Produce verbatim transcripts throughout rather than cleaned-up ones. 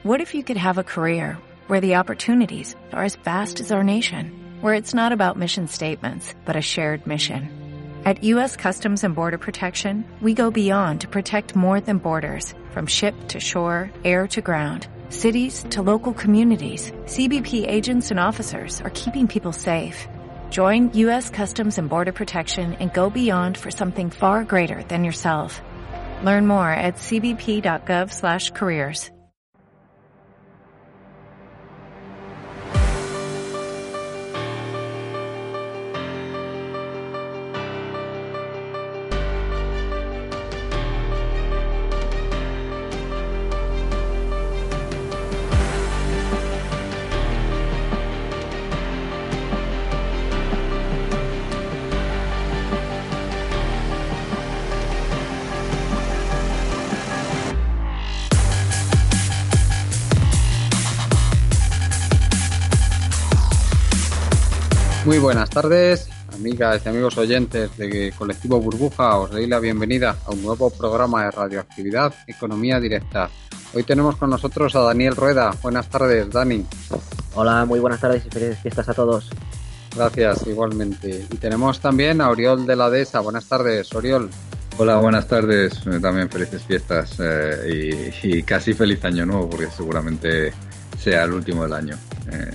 What if you could have a career where the opportunities are as vast as our nation, where it's not about mission statements, but a shared mission? At U S Customs and Border Protection, we go beyond to protect more than borders, from ship to shore, air to ground, cities to local communities. C B P agents and officers are keeping people safe. Join U S Customs and Border Protection and go beyond for something far greater than yourself. Learn more at c b p dot gov slash careers. Muy buenas tardes, amigas y amigos oyentes de Colectivo Burbuja. Os doy la bienvenida a un nuevo programa de radioactividad Economía Directa. Hoy tenemos con nosotros a Daniel Rueda. Buenas tardes, Dani. Hola, muy buenas tardes y felices fiestas a todos. Gracias, igualmente. Y tenemos también a Oriol de la Dehesa. Buenas tardes, Oriol. Hola, buenas tardes. También felices fiestas eh, y, y casi feliz año nuevo, porque seguramente sea el último del año. Eh,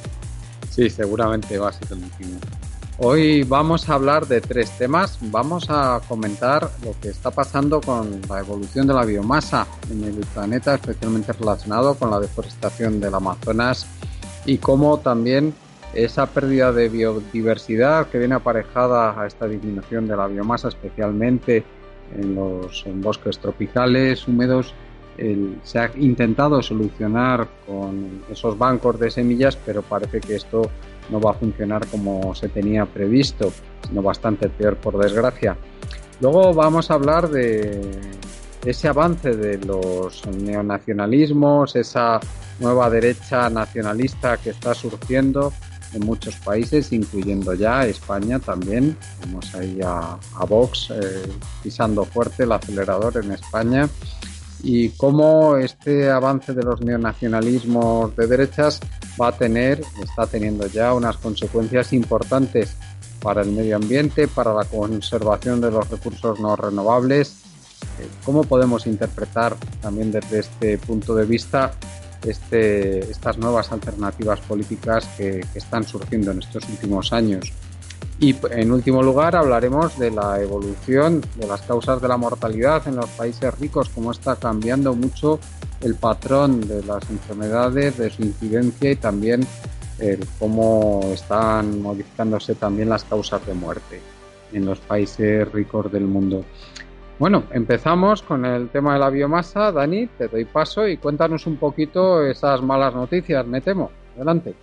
Sí, seguramente va a ser el último. Hoy vamos a hablar de tres temas. Vamos a comentar lo que está pasando con la evolución de la biomasa en el planeta, especialmente relacionado con la deforestación del Amazonas y cómo también esa pérdida de biodiversidad que viene aparejada a esta disminución de la biomasa, especialmente en los en bosques tropicales húmedos, El, se ha intentado solucionar con esos bancos de semillas, pero parece que esto no va a funcionar como se tenía previsto, sino bastante peor, por desgracia. Luego vamos a hablar de ese avance de los neonacionalismos, esa nueva derecha nacionalista que está surgiendo en muchos países, incluyendo ya España también. Vemos ahí a, a Vox eh, pisando fuerte el acelerador en España. Y cómo este avance de los neonacionalismos de derechas va a tener, está teniendo ya unas consecuencias importantes para el medio ambiente, para la conservación de los recursos no renovables. ¿Cómo podemos interpretar también desde este punto de vista este, estas nuevas alternativas políticas que, que están surgiendo en estos últimos años? Y en último lugar hablaremos de la evolución de las causas de la mortalidad en los países ricos, cómo está cambiando mucho el patrón de las enfermedades, de su incidencia y también el cómo están modificándose también las causas de muerte en los países ricos del mundo. Bueno, empezamos con el tema de la biomasa. Dani, te doy paso y cuéntanos un poquito esas malas noticias, me temo. Adelante.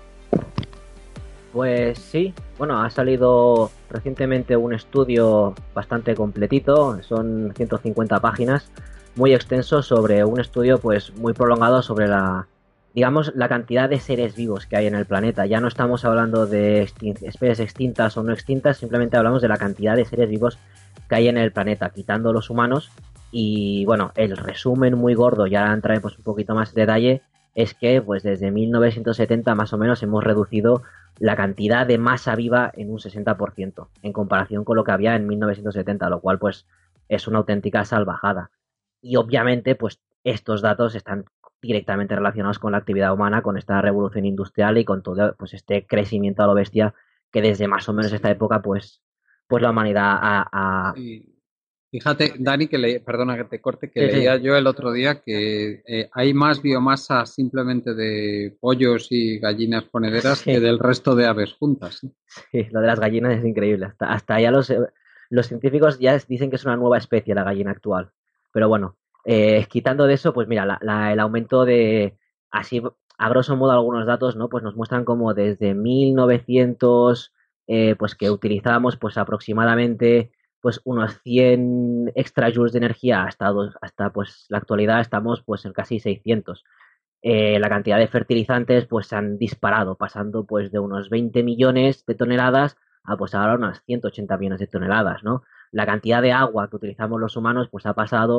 Pues sí, bueno, ha salido recientemente un estudio bastante completito, son ciento cincuenta páginas, muy extenso, sobre un estudio pues muy prolongado sobre la, digamos, la cantidad de seres vivos que hay en el planeta. Ya no estamos hablando de extin- especies extintas o no extintas, simplemente hablamos de la cantidad de seres vivos que hay en el planeta, quitando los humanos. Y bueno, el resumen muy gordo, ya entraremos un poquito más en detalle, es que pues desde mil novecientos setenta más o menos hemos reducido la cantidad de masa viva en un sesenta por ciento en comparación con lo que había en mil novecientos setenta, lo cual pues es una auténtica salvajada. Y obviamente pues estos datos están directamente relacionados con la actividad humana, con esta revolución industrial y con todo pues este crecimiento a lo bestia que desde más o menos esta época pues, pues la humanidad ha... ha... Sí. Fíjate, Dani, que le, perdona que te corte, que Sí, leía sí. yo el otro día que eh, hay más biomasa simplemente de pollos y gallinas ponederas Sí. que del resto de aves juntas. Sí, lo de las gallinas es increíble. Hasta, hasta ya los, los científicos ya dicen que es una nueva especie la gallina actual. Pero bueno, eh, quitando de eso, pues mira, la, la, el aumento de, así a grosso modo algunos datos, ¿no? Pues nos muestran como desde mil novecientos, eh, pues que utilizábamos pues aproximadamente pues unos cien extrajoules de energía hasta, hasta pues la actualidad estamos pues en casi seiscientos. Eh, la cantidad de fertilizantes pues se han disparado, pasando pues de unos veinte millones de toneladas a pues ahora unas ciento ochenta millones de toneladas, ¿no? La cantidad de agua que utilizamos los humanos pues ha pasado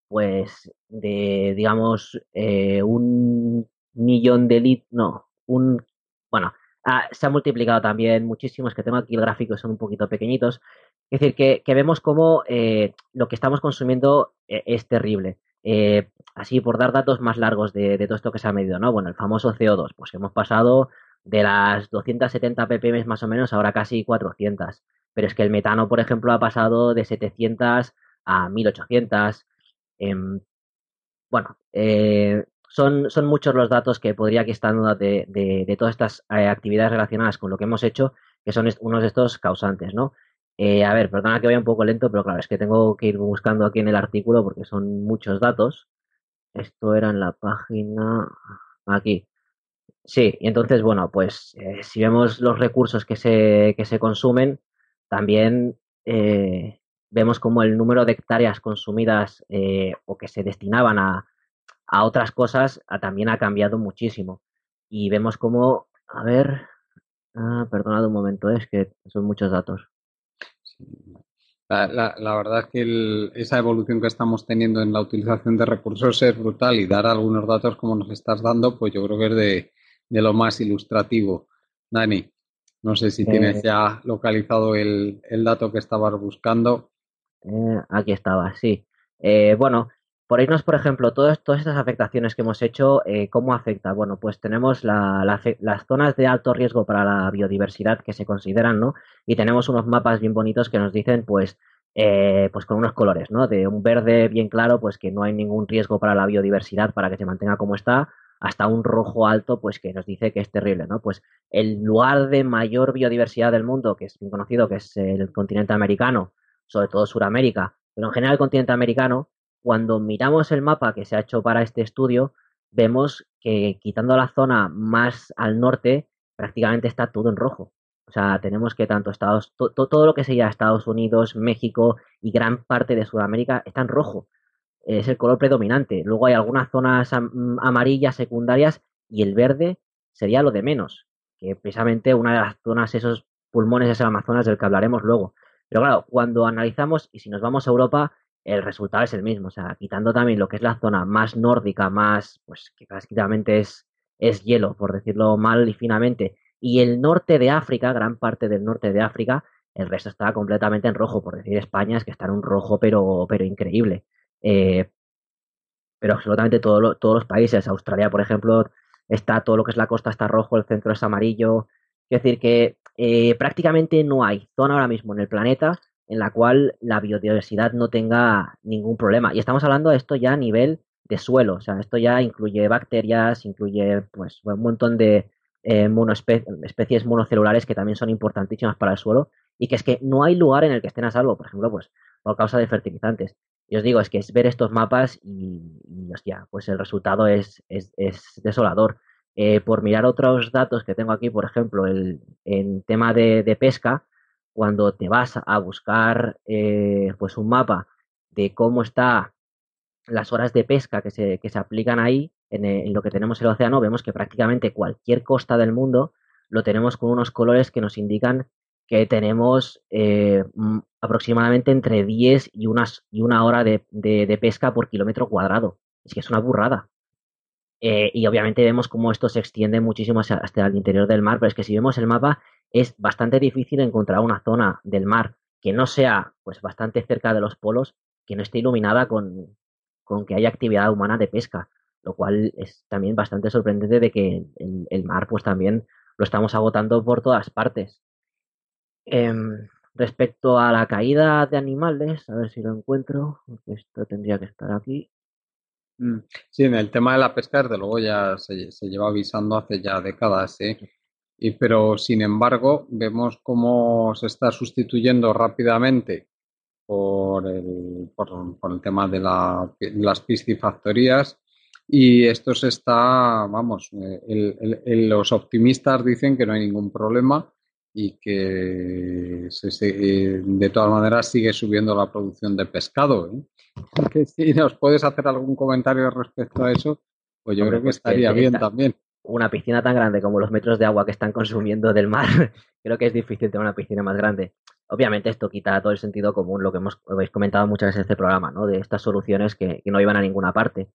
pues de, digamos, eh, un millón de litros, no, un, bueno, ah, se ha multiplicado también muchísimo, es que tengo aquí el gráfico, son un poquito pequeñitos, es decir, que, que vemos cómo eh, lo que estamos consumiendo eh, es terrible. Eh, así, por dar datos más largos de, de todo esto que se ha medido, ¿no? Bueno, el famoso C O dos, pues hemos pasado de las doscientos setenta ppm más o menos, ahora casi cuatrocientos. Pero es que el metano, por ejemplo, ha pasado de setecientos a mil ochocientos. Eh, bueno, eh, son, son muchos los datos que podría aquí estar dando de, de, de todas estas eh, actividades relacionadas con lo que hemos hecho, que son est- unos de estos causantes, ¿no? Eh, a ver, perdona que vaya un poco lento, pero claro, es que tengo que ir buscando aquí en el artículo porque son muchos datos. Esto era en la página aquí. Sí, y entonces, bueno, pues eh, si vemos los recursos que se, que se consumen, también eh, vemos como el número de hectáreas consumidas eh, o que se destinaban a, a otras cosas ah, también ha cambiado muchísimo. Y vemos como, a ver, ah, perdonad un momento, eh, es que son muchos datos. La, la- la verdad es que el- esa evolución que estamos teniendo en la utilización de recursos es brutal y dar algunos datos como nos estás dando, pues yo creo que es de, de lo más ilustrativo. Dani, no sé si tienes Eh, ya localizado el, el dato que estabas buscando. Eh, aquí estaba, sí. Eh, bueno, por irnos, por ejemplo, todas, todas estas afectaciones que hemos hecho, eh, ¿cómo afecta? Bueno, pues tenemos la- la fe- las zonas de alto riesgo para la biodiversidad que se consideran, ¿no? Y tenemos unos mapas bien bonitos que nos dicen, pues, eh, pues con unos colores, ¿no? De un verde bien claro, pues que no hay ningún riesgo para la biodiversidad para que se mantenga como está, hasta un rojo alto, pues que nos dice que es terrible, ¿no? Pues el lugar de mayor biodiversidad del mundo, que es bien conocido, que es el continente americano, sobre todo Suramérica, pero en general el continente americano, cuando miramos el mapa que se ha hecho para este estudio, vemos que quitando la zona más al norte, prácticamente está todo en rojo. O sea, tenemos que tanto Estados, to, to, todo lo que sería Estados Unidos, México y gran parte de Sudamérica está en rojo. Es el color predominante. Luego hay algunas zonas am amarillas secundarias y el verde sería lo de menos, que precisamente una de las zonas, esos pulmones es el Amazonas del que hablaremos luego. Pero claro, cuando analizamos y si nos vamos a Europa, el resultado es el mismo. O sea, quitando también lo que es la zona más nórdica, más, pues que prácticamente es, es hielo, por decirlo mal y finamente, y el norte de África, gran parte del norte de África, el resto está completamente en rojo, por decir España es que está en un rojo pero, pero increíble. Eh, pero absolutamente todo lo, todos los países. Australia, por ejemplo, está todo lo que es la costa está rojo, el centro es amarillo. Es decir, que eh, prácticamente no hay zona ahora mismo en el planeta en la cual la biodiversidad no tenga ningún problema. Y estamos hablando de esto ya a nivel de suelo, o sea, esto ya incluye bacterias, incluye pues un montón de eh, monoespe especies monocelulares que también son importantísimas para el suelo y que es que no hay lugar en el que estén a salvo, por ejemplo, pues por causa de fertilizantes. Y os digo, es que es ver estos mapas y, y hostia, pues el resultado es, es, es desolador. Eh, por mirar otros datos que tengo aquí, por ejemplo, el, en tema de, de pesca, cuando te vas a buscar eh, pues un mapa de cómo está las horas de pesca que se, que se aplican ahí, en, en lo que tenemos el océano, vemos que prácticamente cualquier costa del mundo lo tenemos con unos colores que nos indican que tenemos eh, aproximadamente entre diez y, unas, y una hora de, de, de pesca por kilómetro cuadrado. Es que es una burrada. Eh, y obviamente vemos cómo esto se extiende muchísimo hacia, hasta el interior del mar, pero es que si vemos el mapa es bastante difícil encontrar una zona del mar que no sea pues bastante cerca de los polos, que no esté iluminada con, con que haya actividad humana de pesca, lo cual es también bastante sorprendente de que el, el mar pues también lo estamos agotando por todas partes. Eh, respecto a la caída de animales, a ver si lo encuentro, esto tendría que estar aquí. Mm. Sí, en el tema de la pesca, desde luego ya se, se lleva avisando hace ya décadas, ¿eh? Y, pero sin embargo, vemos cómo se está sustituyendo rápidamente por el, por, por el tema de la, las piscifactorías y esto se está, vamos, eh, el, el, el, los optimistas dicen que no hay ningún problema y que se, se, de todas maneras sigue subiendo la producción de pescado, ¿eh? Que si nos puedes hacer algún comentario respecto a eso, pues yo Hombre, creo que pues que estaría de bien esta, también. una piscina tan grande como los metros de agua que están consumiendo del mar, creo que es difícil tener una piscina más grande. Obviamente esto quita todo el sentido común, lo que hemos habéis comentado muchas veces en este programa, ¿no? De estas soluciones que, que no iban a ninguna parte.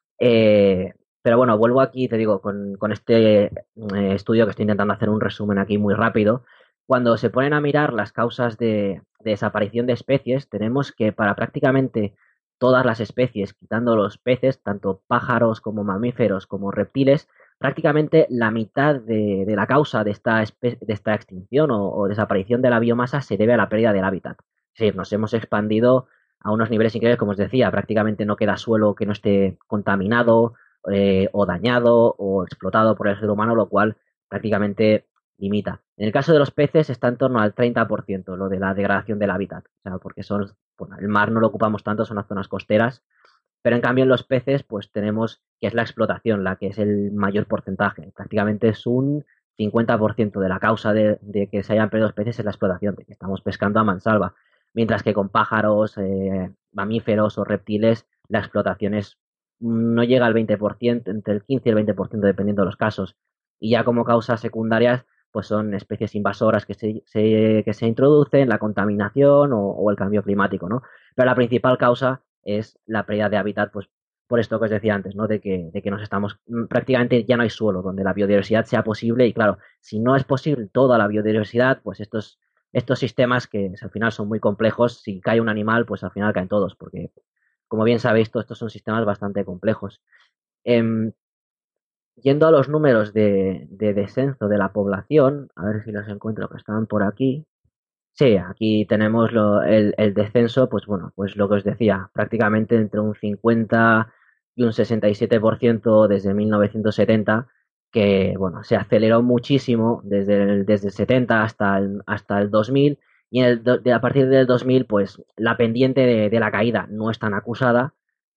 Eh, pero bueno, vuelvo aquí, te digo, con, con este eh, estudio que estoy intentando hacer un resumen aquí muy rápido. Cuando se ponen a mirar las causas de, de desaparición de especies, tenemos que para prácticamente todas las especies, quitando los peces, tanto pájaros como mamíferos como reptiles, prácticamente la mitad de, de la causa de esta, espe- de esta extinción o, o desaparición de la biomasa se debe a la pérdida del hábitat. Es decir, nos hemos expandido a unos niveles increíbles, como os decía, prácticamente no queda suelo que no esté contaminado eh, o dañado o explotado por el ser humano, lo cual prácticamente limita. En el caso de los peces está en torno al treinta por ciento lo de la degradación del hábitat, o sea, porque son, bueno, el mar no lo ocupamos tanto, son las zonas costeras, pero en cambio en los peces pues tenemos que es la explotación, la que es el mayor porcentaje, prácticamente es un cincuenta por ciento de la causa de, de que se hayan perdido los peces es la explotación, de que estamos pescando a mansalva mientras que con pájaros, eh, mamíferos o reptiles la explotación es, no llega al veinte por ciento, entre el quince y el veinte por ciento dependiendo de los casos. Y ya como causas secundarias, pues son especies invasoras que se, se- que se introducen, la contaminación o, o el cambio climático, ¿no? Pero la principal causa es la pérdida de hábitat, pues por esto que os decía antes, ¿no? De que, de que nos estamos, mm, prácticamente ya no hay suelo donde la biodiversidad sea posible y claro, si no es posible toda la biodiversidad, pues estos estos sistemas que al final son muy complejos, si cae un animal, pues al final caen todos, porque como bien sabéis, todos estos son sistemas bastante complejos. Em, Yendo a los números de, de descenso de la población, a ver si los encuentro que estaban por aquí. Sí, aquí tenemos lo- el, el descenso, pues bueno, pues lo que os decía, prácticamente entre un cincuenta y un sesenta y siete por ciento desde mil novecientos setenta, que bueno, se aceleró muchísimo desde el, desde el setenta hasta el, hasta el dos mil, y en el do- de, a partir del dos mil, pues la pendiente de, de la caída no es tan acusada,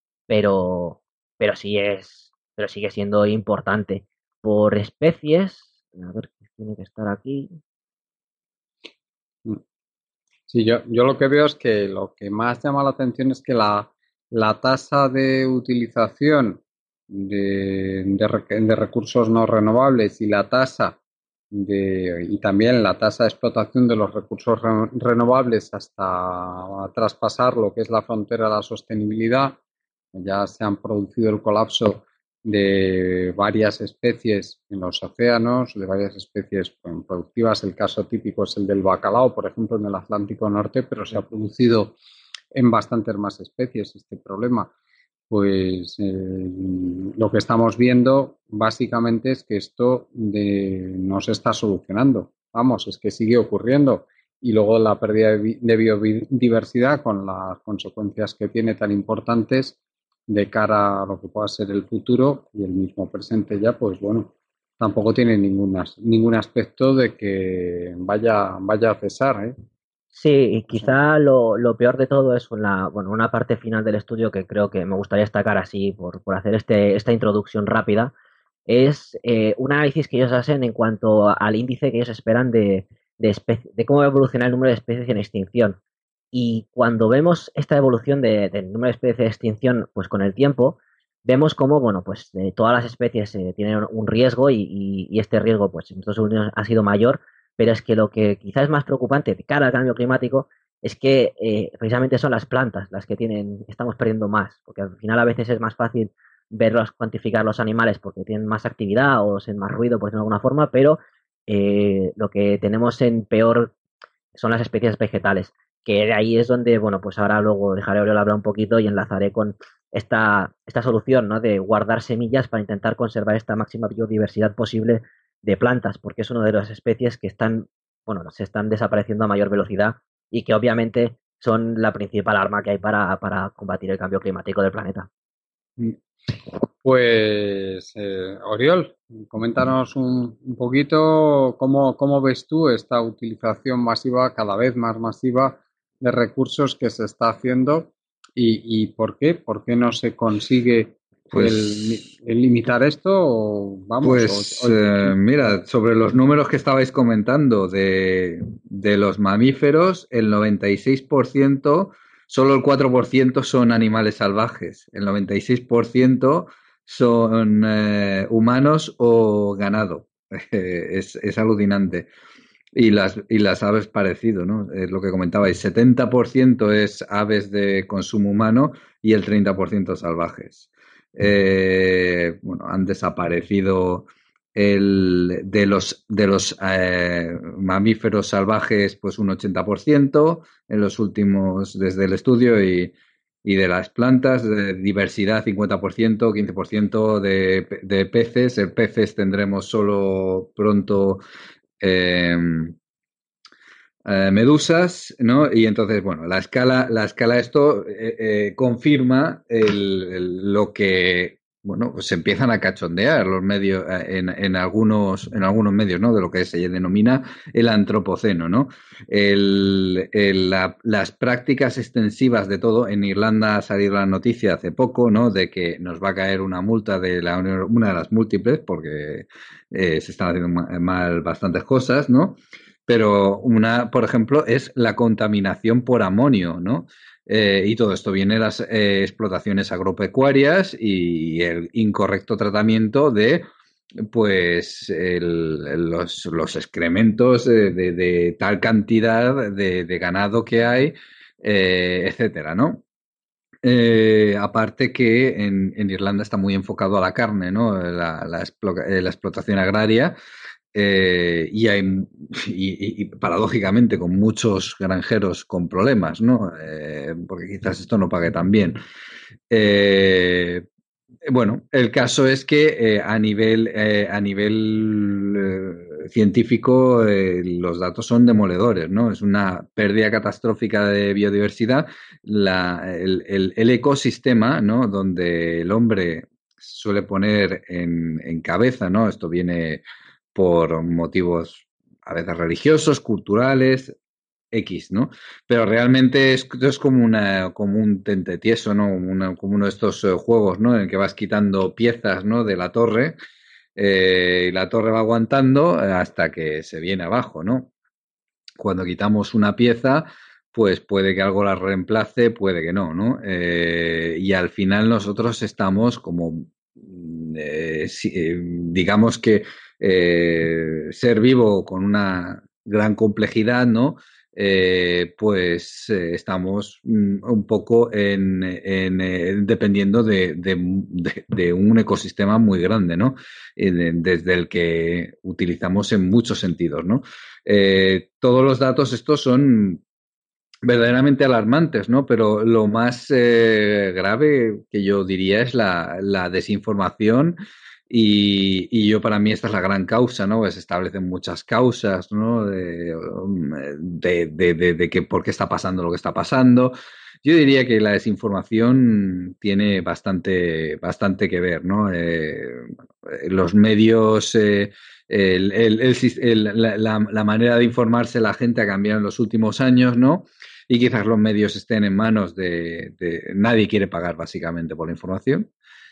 pero, pero sí es, pero sigue siendo importante. Por especies, a ver, tiene que estar aquí. Sí, yo, yo lo que veo es que lo que más llama la atención es que la, la tasa de utilización de, de, rec- de recursos no renovables y la tasa de, y también la tasa de explotación de los recursos re- renovables hasta traspasar lo que es la frontera de la sostenibilidad, ya se han producido el colapso de varias especies en los océanos, de varias especies bueno, productivas. El caso típico es el del bacalao, por ejemplo, en el Atlántico Norte, pero se ha producido en bastantes más especies este problema. Pues eh, lo que estamos viendo básicamente es que esto de, no se está solucionando. Vamos, es que sigue ocurriendo. Y luego la pérdida de, bi- de biodiversidad con las consecuencias que tiene tan importantes de cara a lo que pueda ser el futuro y el mismo presente ya, pues bueno, tampoco tiene ninguna, ningún aspecto de que vaya, vaya a cesar, ¿eh? Sí, y O sea, quizá lo, lo peor de todo es una, bueno, una parte final del estudio que creo que me gustaría destacar así por, por hacer este, esta introducción rápida, es eh, un análisis que ellos hacen en cuanto a- al índice que ellos esperan de, de, espe- de cómo va a evolucionar el número de especies en extinción. Y cuando vemos esta evolución de- del número de especies en extinción, pues con el tiempo, vemos cómo, bueno, pues eh, todas las especies eh, tienen un riesgo y, y- y este riesgo, pues en Estados Unidos ha sido mayor, pero es que lo que quizás es más preocupante de cara al cambio climático es que eh, precisamente son las plantas las que tienen, estamos perdiendo más, porque al final a veces es más fácil verlos, cuantificar los animales porque tienen más actividad o hacen más ruido, por decirlo de alguna forma, pero eh, lo que tenemos en peor son las especies vegetales, que de ahí es donde, bueno, pues ahora luego dejaré a Oriol hablar un poquito y enlazaré con esta, esta solución, ¿no? De guardar semillas para intentar conservar esta máxima biodiversidad posible de plantas, porque es una de las especies que están, bueno, se están desapareciendo a mayor velocidad y que obviamente son la principal arma que hay para, para combatir el cambio climático del planeta. pues, eh, Oriol, coméntanos un, un poquito cómo, cómo ves tú esta utilización masiva, cada vez más masiva, de recursos que se está haciendo y, y por qué, por qué no se consigue el, Pues, el limitar esto o vamos, o, pues o el eh, mira, sobre los números que estabais comentando de, de los mamíferos, el noventa y seis por ciento, solo el cuatro por ciento son animales salvajes, el noventa y seis por ciento son eh, humanos o ganado. Es, es alucinante. Y las, y las aves parecido, ¿no? Es lo que comentabais, setenta por ciento es aves de consumo humano y el treinta por ciento salvajes. Eh, bueno, han desaparecido el, de los, de los eh, mamíferos salvajes, pues un ochenta por ciento en los últimos, desde el estudio, y, y de las plantas, de diversidad cincuenta por ciento, quince por ciento de, de peces. En peces tendremos solo pronto eh, eh, medusas, ¿no? Y entonces, bueno, la escala, la escala esto eh, eh, confirma el, el, lo que, bueno, pues se empiezan a cachondear los medios eh, en, en algunos, en algunos medios, ¿no? De lo que se denomina el antropoceno, ¿no? El, el, la, las prácticas extensivas de todo. En Irlanda ha salido la noticia hace poco, ¿no? De que nos va a caer una multa de la una de las múltiples porque eh, se están haciendo mal bastantes cosas, ¿no? Pero una, por ejemplo, es la contaminación por amonio, ¿no? Eh, y todo esto viene de las eh, explotaciones agropecuarias y el incorrecto tratamiento de, pues, el, los, los excrementos de, de, de tal cantidad de, de, ganado que hay, eh, etcétera, ¿no? Eh, aparte que en, en, Irlanda está muy enfocado a la carne, ¿no? La, la, la explotación agraria. Eh, y hay y, y, paradójicamente con muchos granjeros con problemas, ¿no? Eh, porque quizás esto no pague tan bien. Eh, bueno, el caso es que eh, a nivel eh, a nivel eh, científico eh, los datos son demoledores, ¿no? Es una pérdida catastrófica de biodiversidad. La, el, el, el ecosistema, ¿no? Donde el hombre suele poner en, en cabeza, ¿no? Esto viene por motivos a veces religiosos, culturales, X, ¿no? Pero realmente es, es como, una, como un tente tieso, ¿no? Una, como uno de estos uh, juegos, ¿no? En el que vas quitando piezas, ¿no? De la torre eh, y la torre va aguantando hasta que se viene abajo, ¿no? Cuando quitamos una pieza, pues puede que algo la reemplace, puede que no, ¿no? Eh, y al final nosotros estamos como, eh, si, eh, digamos que eh, ser vivo con una gran complejidad, ¿no? Eh, pues eh, estamos mm, un poco en, en eh, dependiendo de, de, de, de, un ecosistema muy grande, ¿no? Eh, desde el que utilizamos en muchos sentidos, ¿no? Eh, todos los datos estos son verdaderamente alarmantes, ¿no? Pero lo más eh, grave que yo diría es la, la desinformación y, y, yo para mí esta es la gran causa, ¿no? Se establecen muchas causas, ¿no? De, de, de, de, de que por qué está pasando lo que está pasando. Yo diría que la desinformación tiene bastante, bastante que ver, ¿no? Eh, los medios, eh, el, el, el, el, la, la manera de informarse la gente ha cambiado en los últimos años, ¿no? Y quizás los medios estén en manos de, de nadie quiere pagar básicamente por la información.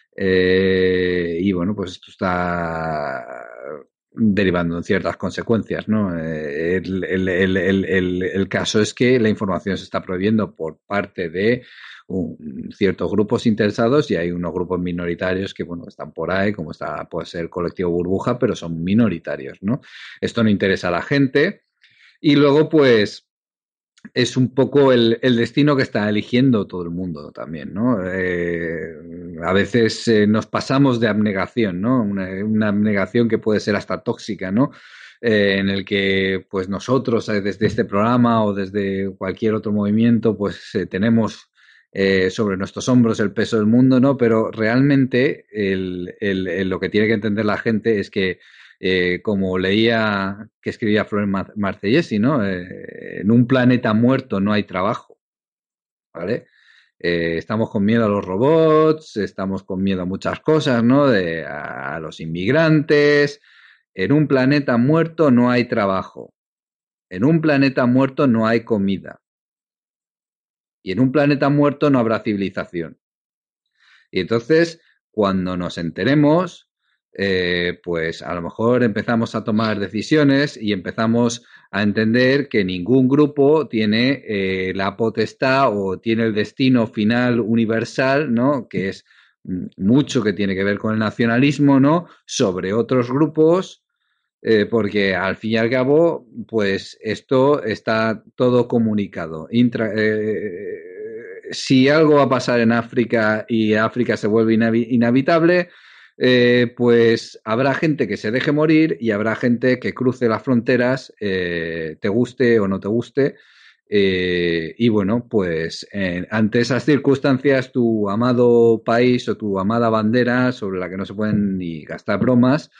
Eh, y bueno, pues esto está derivando en ciertas consecuencias, ¿no? Eh, el, el, el, el, el caso es que la información se está prohibiendo por parte de un, ciertos grupos interesados y hay unos grupos minoritarios que, bueno, están por ahí, como está, puede ser el colectivo Burbuja, pero son minoritarios, ¿no? Esto no interesa a la gente. Y luego, pues, es un poco el, el destino que está eligiendo todo el mundo también, ¿no? Eh, a veces eh, nos pasamos de abnegación, ¿no? Una, una abnegación que puede ser hasta tóxica, ¿no? Eh, en el que, pues nosotros, eh, desde este programa o desde cualquier otro movimiento, pues eh, tenemos eh, sobre nuestros hombros el peso del mundo, ¿no? Pero realmente el, el, el, lo que tiene que entender la gente es que Eh, como leía que escribía Florent Marcellesi, ¿no? Eh, en un planeta muerto no hay trabajo, ¿vale? Eh, estamos con miedo a los robots, estamos con miedo a muchas cosas, ¿no? De, a, a los inmigrantes. En un planeta muerto no hay trabajo. En un planeta muerto no hay comida. Y en un planeta muerto no habrá civilización. Y entonces, cuando nos enteremos, Eh, pues a lo mejor empezamos a tomar decisiones y empezamos a entender que ningún grupo tiene eh, la potestad o tiene el destino final universal, ¿no? Que es mucho que tiene que ver con el nacionalismo, ¿no? Sobre otros grupos Eh, porque al fin y al cabo, pues esto está todo comunicado. Intra, eh, si algo va a pasar en África y África se vuelve inhabi- inhabitable, eh, pues habrá gente que se deje morir y habrá gente que cruce las fronteras, eh, te guste o no te guste. Eh, y bueno, pues eh, ante esas circunstancias, tu amado país o tu amada bandera, sobre la que no se pueden ni gastar bromas,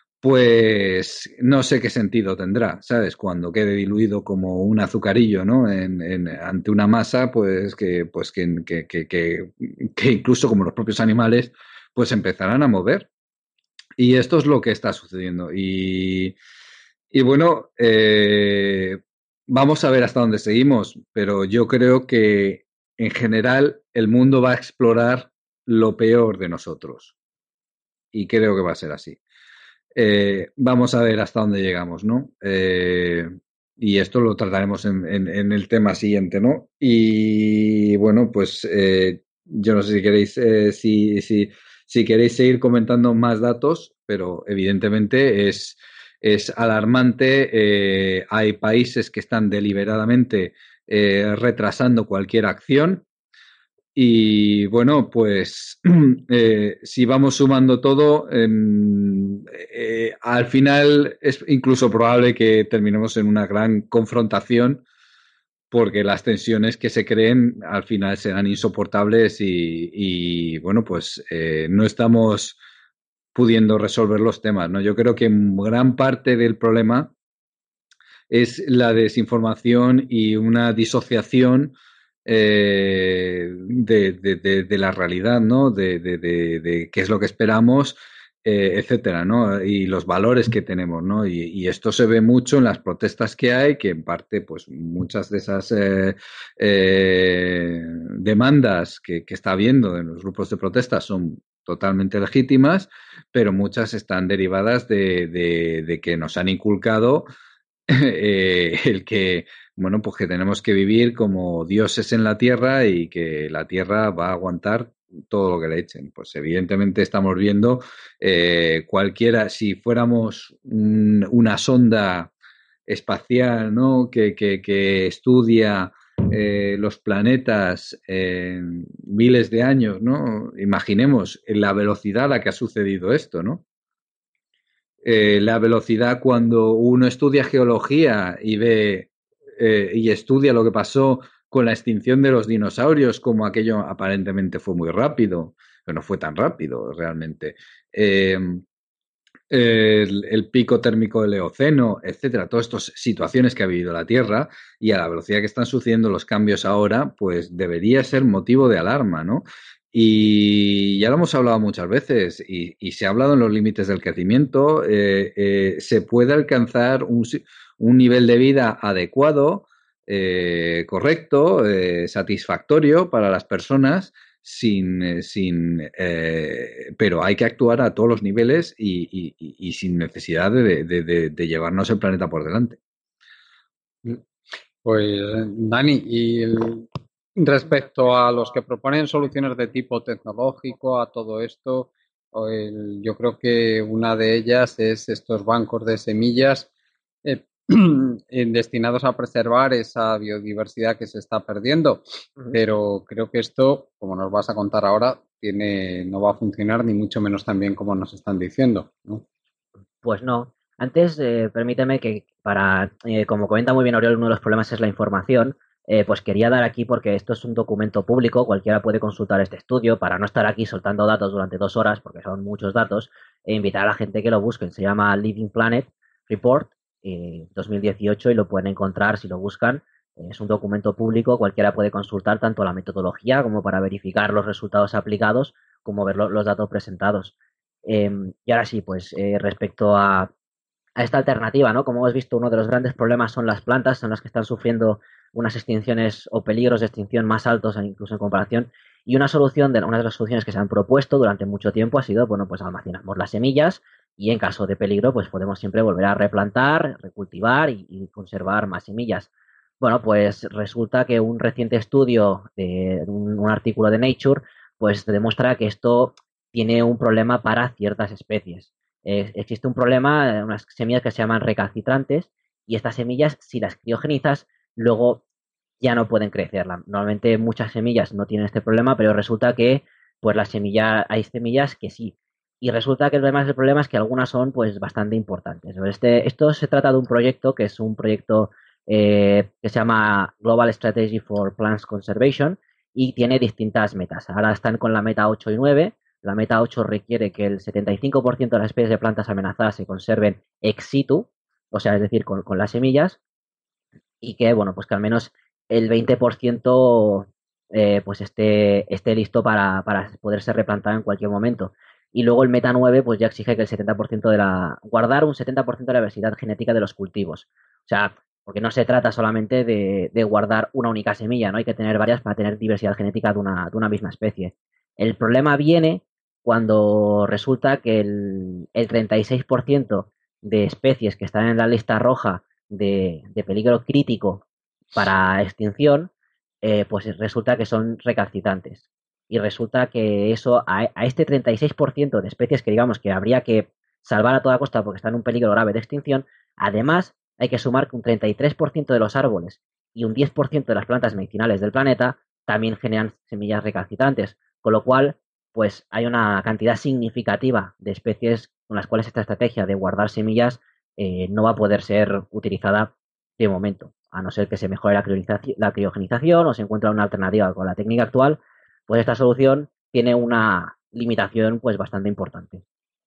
pues no sé qué sentido tendrá, ¿sabes? Cuando quede diluido como un azucarillo, ¿no? En, en, ante una masa, pues que, pues que, que, que, que, que incluso como los propios animales, pues empezarán a mover. Y esto es lo que está sucediendo. Y, y bueno, eh, vamos a ver hasta dónde seguimos, pero yo creo que en general el mundo va a explorar lo peor de nosotros. Y creo que va a ser así. Eh, vamos a ver hasta dónde llegamos, ¿no? Eh, y esto lo trataremos en, en, en, el tema siguiente, ¿no? Y bueno, pues eh, yo no sé si queréis, eh, si, si, si queréis seguir comentando más datos, pero evidentemente es, es alarmante. Eh, hay países que están deliberadamente eh, retrasando cualquier acción. Y bueno, pues eh, si vamos sumando todo, eh, eh, al final es incluso probable que terminemos en una gran confrontación porque las tensiones que se creen al final serán insoportables y, y bueno, pues eh, no estamos pudiendo resolver los temas, ¿no? Yo creo que gran parte del problema es la desinformación y una disociación eh, de, de, de, de, la realidad, ¿no? De, de, de, de qué es lo que esperamos, eh, etcétera, ¿no? Y los valores que tenemos, ¿no? Y, y, esto se ve mucho en las protestas que hay, que en parte, pues, muchas de esas eh, eh, demandas que, que está habiendo en los grupos de protesta son totalmente legítimas, pero muchas están derivadas de, de, de que nos han inculcado eh, el que, bueno, pues que tenemos que vivir como dioses en la tierra y que la tierra va a aguantar todo lo que le echen. Pues evidentemente estamos viendo eh, cualquiera, si fuéramos un, una sonda espacial, ¿no? Que, que, que estudia eh, los planetas en miles de años, ¿no? Imaginemos la velocidad a la que ha sucedido esto, ¿no? Eh, la velocidad cuando uno estudia geología y ve eh, y estudia lo que pasó con la extinción de los dinosaurios, como aquello aparentemente fue muy rápido, pero no fue tan rápido realmente. Eh, el, el, pico térmico del Eoceno, etcétera, todas estas situaciones que ha vivido la Tierra y a la velocidad que están sucediendo los cambios ahora, pues debería ser motivo de alarma, ¿no? Y ya lo hemos hablado muchas veces y, y se ha hablado en los límites del crecimiento, eh, eh, se puede alcanzar un, un, nivel de vida adecuado, eh, correcto, eh, satisfactorio para las personas, sin, sin eh, pero hay que actuar a todos los niveles y, y, y sin necesidad de, de, de, de llevarnos el planeta por delante. Pues Dani, y el, respecto a los que proponen soluciones de tipo tecnológico a todo esto, el, yo creo que una de ellas es estos bancos de semillas eh, destinados a preservar esa biodiversidad que se está perdiendo. Uh-huh. Pero creo que esto, como nos vas a contar ahora, tiene, no va a funcionar ni mucho menos tan bien como nos están diciendo, ¿no? Pues no. Antes, eh, permíteme que para, eh, como comenta muy bien Oriol, uno de los problemas es la información. Eh, pues quería dar aquí, porque esto es un documento público, cualquiera puede consultar este estudio, para no estar aquí soltando datos durante dos horas, porque son muchos datos, e invitar a la gente que lo busquen. Se llama Living Planet Report eh, dos mil dieciocho y lo pueden encontrar si lo buscan. Eh, es un documento público, cualquiera puede consultar tanto la metodología como para verificar los resultados aplicados, como ver lo, los datos presentados. Eh, y ahora sí, pues eh, respecto a, a esta alternativa, ¿no? Como hemos visto, uno de los grandes problemas son las plantas, son las que están sufriendo unas extinciones o peligros de extinción más altos incluso en comparación. Y una solución, de, una de las soluciones que se han propuesto durante mucho tiempo ha sido, bueno, pues almacenamos las semillas y en caso de peligro, pues podemos siempre volver a replantar, recultivar y, y conservar más semillas. Bueno, pues resulta que un reciente estudio de un, un artículo de Nature, pues demuestra que esto tiene un problema para ciertas especies. Eh, existe un problema, unas semillas que se llaman recalcitrantes, y estas semillas, si las criogenizas, luego ya no pueden crecer. Normalmente muchas semillas no tienen este problema, pero resulta que pues las semillas, hay semillas que sí. Y resulta que además el problema es que algunas son pues bastante importantes. Este, esto se trata de un proyecto que es un proyecto eh, que se llama Global Strategy for Plants Conservation y tiene distintas metas. Ahora están con la meta ocho y nueve. La meta ocho requiere que el setenta y cinco por ciento de las especies de plantas amenazadas se conserven ex situ, o sea, es decir, con, con las semillas, y que, bueno, pues que al menos el veinte por ciento eh, pues esté, esté listo para, para poder ser replantado en cualquier momento. Y luego el Meta nueve pues ya exige que el setenta por ciento de la... guardar un setenta por ciento de la diversidad genética de los cultivos. O sea, porque no se trata solamente de, de guardar una única semilla, ¿no? Hay que tener varias para tener diversidad genética de una, de una misma especie. El problema viene cuando resulta que el, el treinta y seis por ciento de especies que están en la lista roja de, de peligro crítico para extinción, eh, pues resulta que son recalcitrantes. Y resulta que eso, a, a este treinta y seis por ciento de especies que digamos que habría que salvar a toda costa porque están en un peligro grave de extinción, además hay que sumar que un treinta y tres por ciento de los árboles y un diez por ciento de las plantas medicinales del planeta también generan semillas recalcitrantes, con lo cual pues hay una cantidad significativa de especies con las cuales esta estrategia de guardar semillas eh, no va a poder ser utilizada de momento, a no ser que se mejore la, criogenización, la criogenización o se encuentre una alternativa con la técnica actual, pues esta solución tiene una limitación pues bastante importante.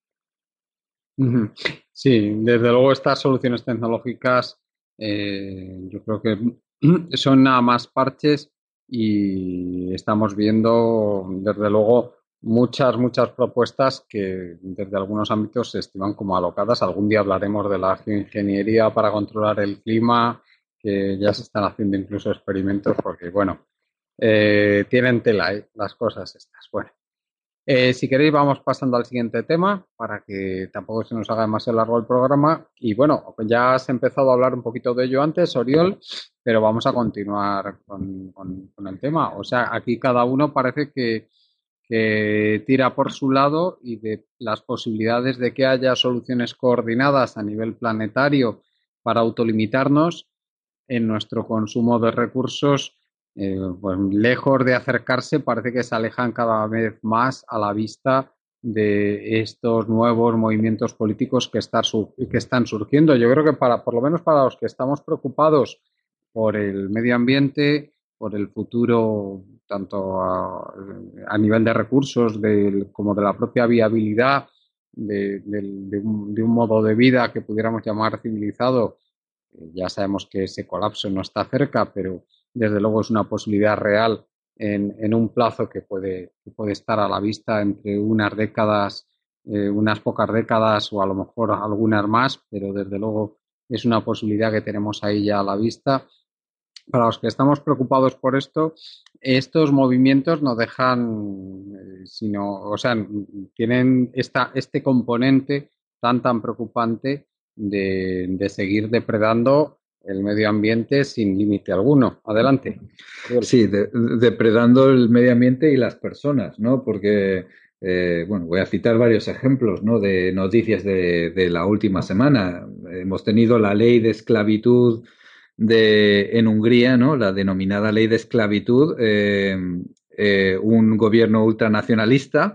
Sí, desde luego estas soluciones tecnológicas eh, yo creo que son nada más parches y estamos viendo desde luego muchas, muchas propuestas que desde algunos ámbitos se estiman como alocadas. Algún día hablaremos de la geoingeniería para controlar el clima, que ya se están haciendo incluso experimentos porque, bueno, eh, tienen tela ¿eh? Las cosas estas. Bueno. Eh, si queréis vamos pasando al siguiente tema para que tampoco se nos haga demasiado largo el programa. Y bueno, ya has empezado a hablar un poquito de ello antes, Oriol, pero vamos a continuar con, con, con el tema. O sea, aquí cada uno parece que, que tira por su lado y de las posibilidades de que haya soluciones coordinadas a nivel planetario para autolimitarnos en nuestro consumo de recursos. Eh, pues lejos de acercarse, parece que se alejan cada vez más a la vista de estos nuevos movimientos políticos que, estar, que están surgiendo. Yo creo que para, por lo menos para los que estamos preocupados por el medio ambiente, por el futuro, tanto a, a nivel de recursos de, como de la propia viabilidad de, de, de, un, de un modo de vida que pudiéramos llamar civilizado, ya sabemos que ese colapso no está cerca, pero desde luego es una posibilidad real en, en un plazo que puede, que puede estar a la vista entre unas décadas, eh, unas pocas décadas o a lo mejor algunas más, pero desde luego es una posibilidad que tenemos ahí ya a la vista. Para los que estamos preocupados por esto, estos movimientos no dejan, eh, sino, o sea, tienen esta, este componente tan, tan preocupante de, de seguir depredando el medio ambiente sin límite alguno. Adelante. Sí, de, depredando el medio ambiente y las personas, ¿no? Porque, eh, bueno, voy a citar varios ejemplos, ¿no? De noticias de, de la última semana. Hemos tenido la ley de esclavitud de, en Hungría, ¿no? La denominada ley de esclavitud, eh, eh, un gobierno ultranacionalista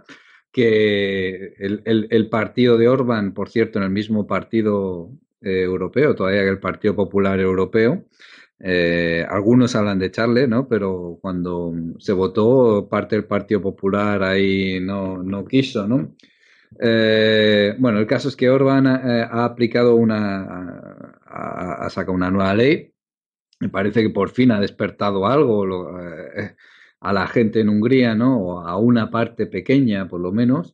que el, el, el partido de Orbán, por cierto, en el mismo partido eh, europeo, todavía que el Partido Popular Europeo, eh, algunos hablan de echarle, ¿no? Pero cuando se votó, parte del Partido Popular ahí no, no quiso, ¿no? Eh, bueno, el caso es que Orbán eh, ha aplicado una, ha, ha sacado una nueva ley. Me parece que por fin ha despertado algo lo, eh, a la gente en Hungría, ¿no? O a una parte pequeña, por lo menos.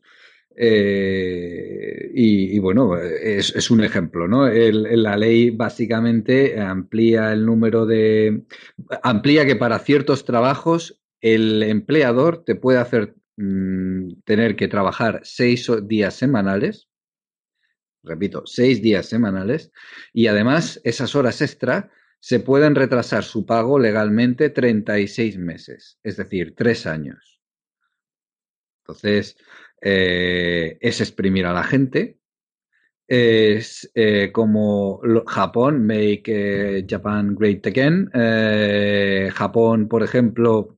Eh, y, y, bueno, es, es, un ejemplo, ¿no? El, la ley básicamente amplía el número de... amplía que para ciertos trabajos el empleador te puede hacer mmm, tener que trabajar seis días semanales, repito, seis días semanales, y además esas horas extra se pueden retrasar su pago legalmente treinta y seis meses, es decir, tres años. Entonces, eh, es exprimir a la gente es eh, como lo, Japón, Make eh, Japan Great Again. Eh, Japón, por ejemplo,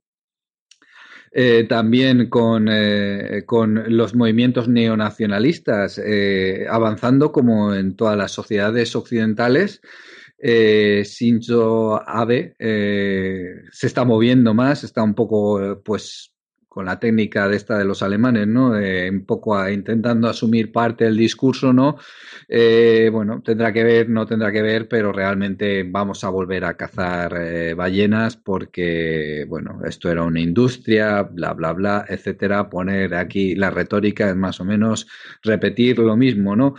eh, también con, eh, con los movimientos neonacionalistas eh, avanzando como en todas las sociedades occidentales. Eh, Shinzo Abe eh, se está moviendo más, está un poco, pues, con la técnica de esta de los alemanes, ¿no? Eh, un poco a, intentando asumir parte del discurso, ¿no? Eh, bueno, tendrá que ver, no tendrá que ver, pero realmente vamos a volver a cazar eh, ballenas porque, bueno, esto era una industria, bla, bla, bla, etcétera. Poner aquí la retórica es más o menos repetir lo mismo, ¿no?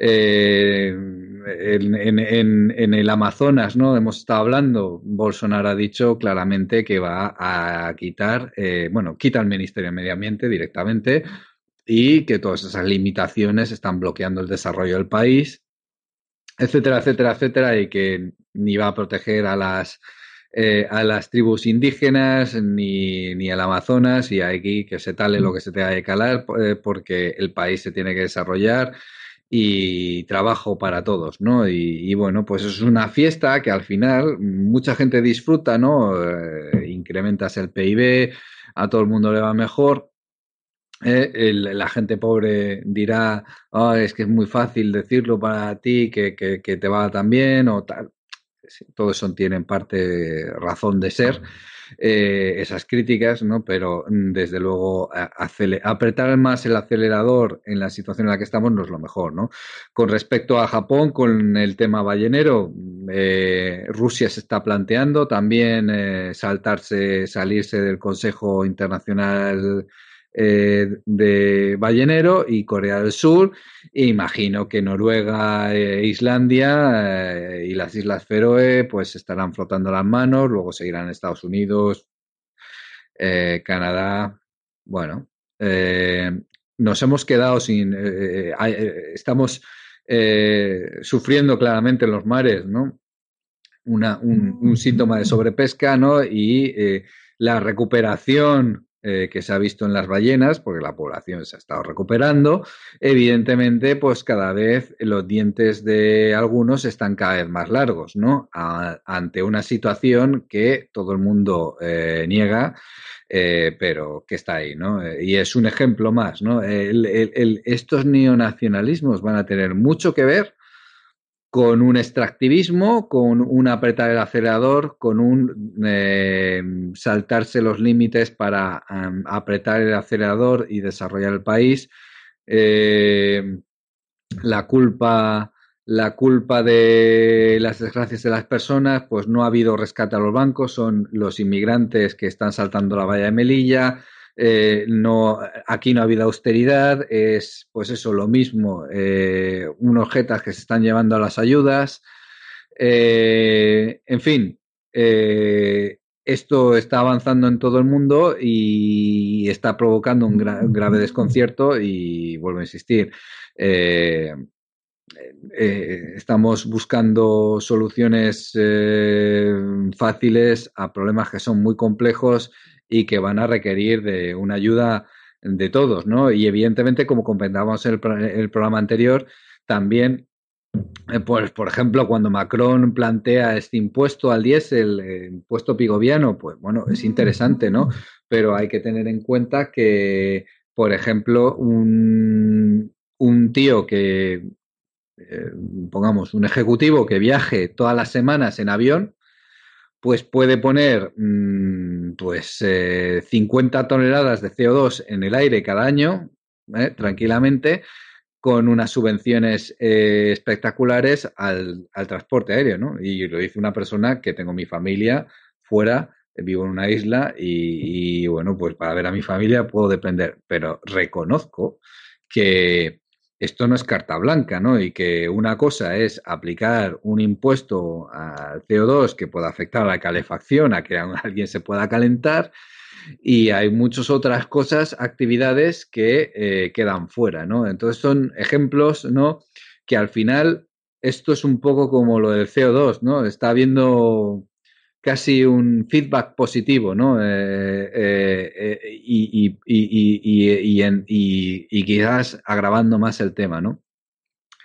Eh, en, en, en, en el Amazonas, ¿no? Hemos estado hablando, Bolsonaro ha dicho claramente que va a quitar, eh, bueno, quita el Ministerio de Medio Ambiente directamente y que todas esas limitaciones están bloqueando el desarrollo del país, etcétera, etcétera, etcétera, y que ni va a proteger a las eh, a las tribus indígenas ni, ni al Amazonas, y aquí que se tale lo que se tenga que calar eh, porque el país se tiene que desarrollar y trabajo para todos, ¿no? Y, y bueno, pues es una fiesta que al final mucha gente disfruta, ¿no? Eh, incrementas el P I B, a todo el mundo le va mejor. Eh, el, la gente pobre dirá, oh, es que es muy fácil decirlo para ti, que, que, que te va tan bien o tal. Sí, todo eso tiene en parte razón de ser, eh, esas críticas, ¿no? Pero desde luego apretar más el acelerador en la situación en la que estamos no es lo mejor, ¿no? Con respecto a Japón, con el tema ballenero, eh, Rusia se está planteando también eh, saltarse, salirse del Consejo Internacional eh, de ballenero, y Corea del Sur. E imagino que Noruega, eh, Islandia eh, y las Islas Feroe pues estarán frotando las manos, luego seguirán Estados Unidos, eh, Canadá. Bueno, eh, nos hemos quedado sin... Eh, eh, estamos eh, sufriendo claramente en los mares, ¿no? Una, un, un síntoma de sobrepesca, ¿no? Y eh, la recuperación eh, que se ha visto en las ballenas, porque la población se ha estado recuperando, evidentemente, pues cada vez los dientes de algunos están cada vez más largos, ¿no? A, ante una situación que todo el mundo eh, niega, eh, pero que está ahí, ¿no? Eh, y es un ejemplo más, ¿no? El, el, el, estos neonacionalismos van a tener mucho que ver con un extractivismo, con un apretar el acelerador, con un eh, saltarse los límites para um, apretar el acelerador y desarrollar el país. Eh, la culpa, la culpa de las desgracias de las personas, pues no ha habido rescate a los bancos, son los inmigrantes que están saltando la valla de Melilla. Eh, no, aquí no ha habido austeridad, es pues eso, lo mismo, eh, unos jetas que se están llevando a las ayudas, eh, en fin, eh, esto está avanzando en todo el mundo y está provocando un, gra- un grave desconcierto, y vuelvo a insistir, eh, eh, estamos buscando soluciones eh, fáciles a problemas que son muy complejos y que van a requerir de una ayuda de todos, ¿no? Y evidentemente, como comentábamos en el, el programa anterior, también, eh, pues, por ejemplo, cuando Macron plantea este impuesto al diésel, el impuesto pigoviano, pues bueno, es interesante, ¿no? Pero hay que tener en cuenta que, por ejemplo, un, un tío que eh, pongamos, un ejecutivo que viaje todas las semanas en avión, pues puede poner mmm, pues eh, cincuenta toneladas de C O dos en el aire cada año, eh, tranquilamente, con unas subvenciones eh, espectaculares al, al transporte aéreo, ¿no? Y lo dice una persona que tengo mi familia fuera, vivo en una isla y, y bueno, pues para ver a mi familia puedo depender, pero reconozco que esto no es carta blanca, ¿no? Y que una cosa es aplicar un impuesto al C O dos que pueda afectar a la calefacción, a que alguien se pueda calentar, y hay muchas otras cosas, actividades que eh, quedan fuera, ¿no? Entonces son ejemplos, ¿no? Que al final esto es un poco como lo del C O dos, ¿no? Está habiendo casi un feedback positivo, ¿no? Eh, eh, eh, y, y, y, y, y, en, y, y quizás agravando más el tema, ¿no?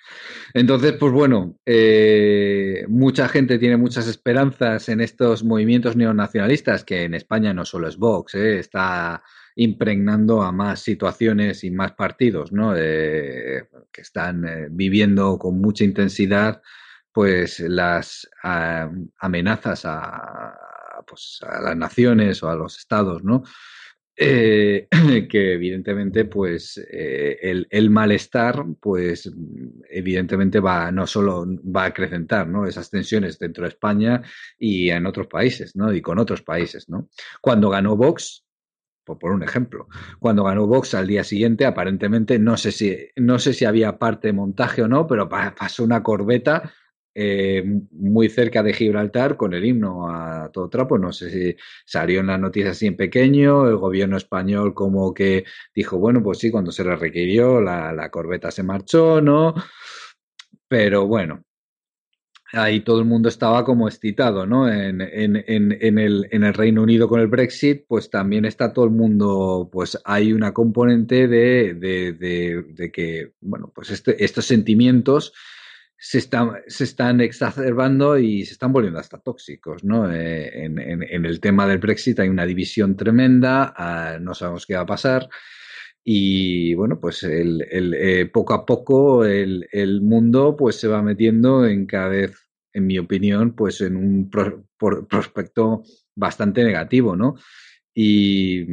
Entonces, pues bueno, eh, mucha gente tiene muchas esperanzas en estos movimientos neonacionalistas, que en España no solo es Vox, eh, está impregnando a más situaciones y más partidos, ¿no? Eh, que están eh, viviendo con mucha intensidad, pues las a, amenazas a, pues, a las naciones o a los estados, ¿no? Eh, que evidentemente pues eh, el, el, malestar pues evidentemente va no solo va a acrecentar, ¿no? Esas tensiones dentro de España y en otros países, ¿no? Y con otros países, ¿no? Cuando ganó Vox, por, por un ejemplo, cuando ganó Vox al día siguiente, aparentemente no sé si no sé si había parte de montaje o no, pero pasó una corbeta eh, muy cerca de Gibraltar con el himno a todo trapo. No sé si salió en las noticias así en pequeño, el gobierno español como que dijo, bueno, pues sí, cuando se le requirió la, la corbeta se marchó, ¿no? Pero bueno, ahí todo el mundo estaba como excitado, ¿no? En, en, en, en, el, en el Reino Unido con el Brexit, pues también está todo el mundo, pues hay una componente de, de, de, de que, bueno, pues este, estos sentimientos se están, se están exacerbando y se están volviendo hasta tóxicos, ¿no? Eh, en, en, en el tema del Brexit hay una división tremenda, uh, no sabemos qué va a pasar. Y bueno, pues el, el, eh, poco a poco el, el mundo pues se va metiendo en cada vez, en mi opinión, pues en un pro, por, prospecto bastante negativo, ¿no? Y,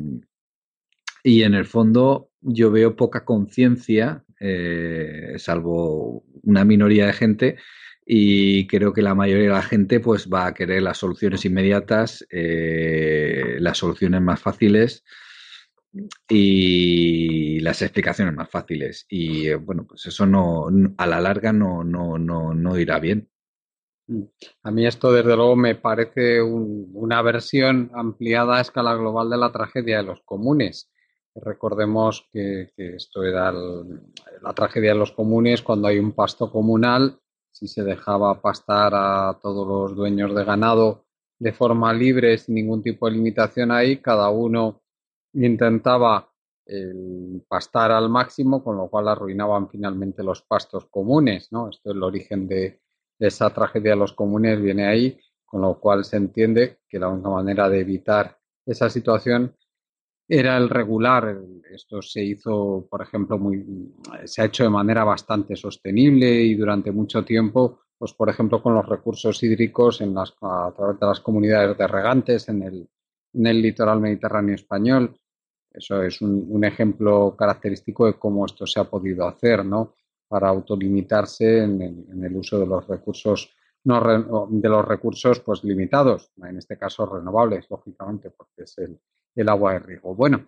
y en el fondo yo veo poca conciencia, eh, salvo una minoría de gente, y creo que la mayoría de la gente pues va a querer las soluciones inmediatas, eh, las soluciones más fáciles y las explicaciones más fáciles. Y bueno, pues eso no, a la larga no, no, no, no irá bien. A mí esto desde luego me parece un, una versión ampliada a escala global de la tragedia de los comunes. Recordemos que, que esto era el, la tragedia de los comunes cuando hay un pasto comunal, si se dejaba pastar a todos los dueños de ganado de forma libre, sin ningún tipo de limitación ahí, cada uno intentaba el pastar al máximo, con lo cual arruinaban finalmente los pastos comunes, ¿no? Esto es el origen de, de esa tragedia de los comunes, viene ahí, con lo cual se entiende que la única manera de evitar esa situación era el regular. Esto se hizo, por ejemplo, muy, se ha hecho de manera bastante sostenible y durante mucho tiempo, pues por ejemplo con los recursos hídricos en las, a través de las comunidades de regantes en el, en el litoral mediterráneo español. Eso es un, un ejemplo característico de cómo esto se ha podido hacer, ¿no? Para autolimitarse en el, en el uso de los recursos no re, de los recursos pues limitados, en este caso renovables, lógicamente, porque es el, el agua de riego. Bueno,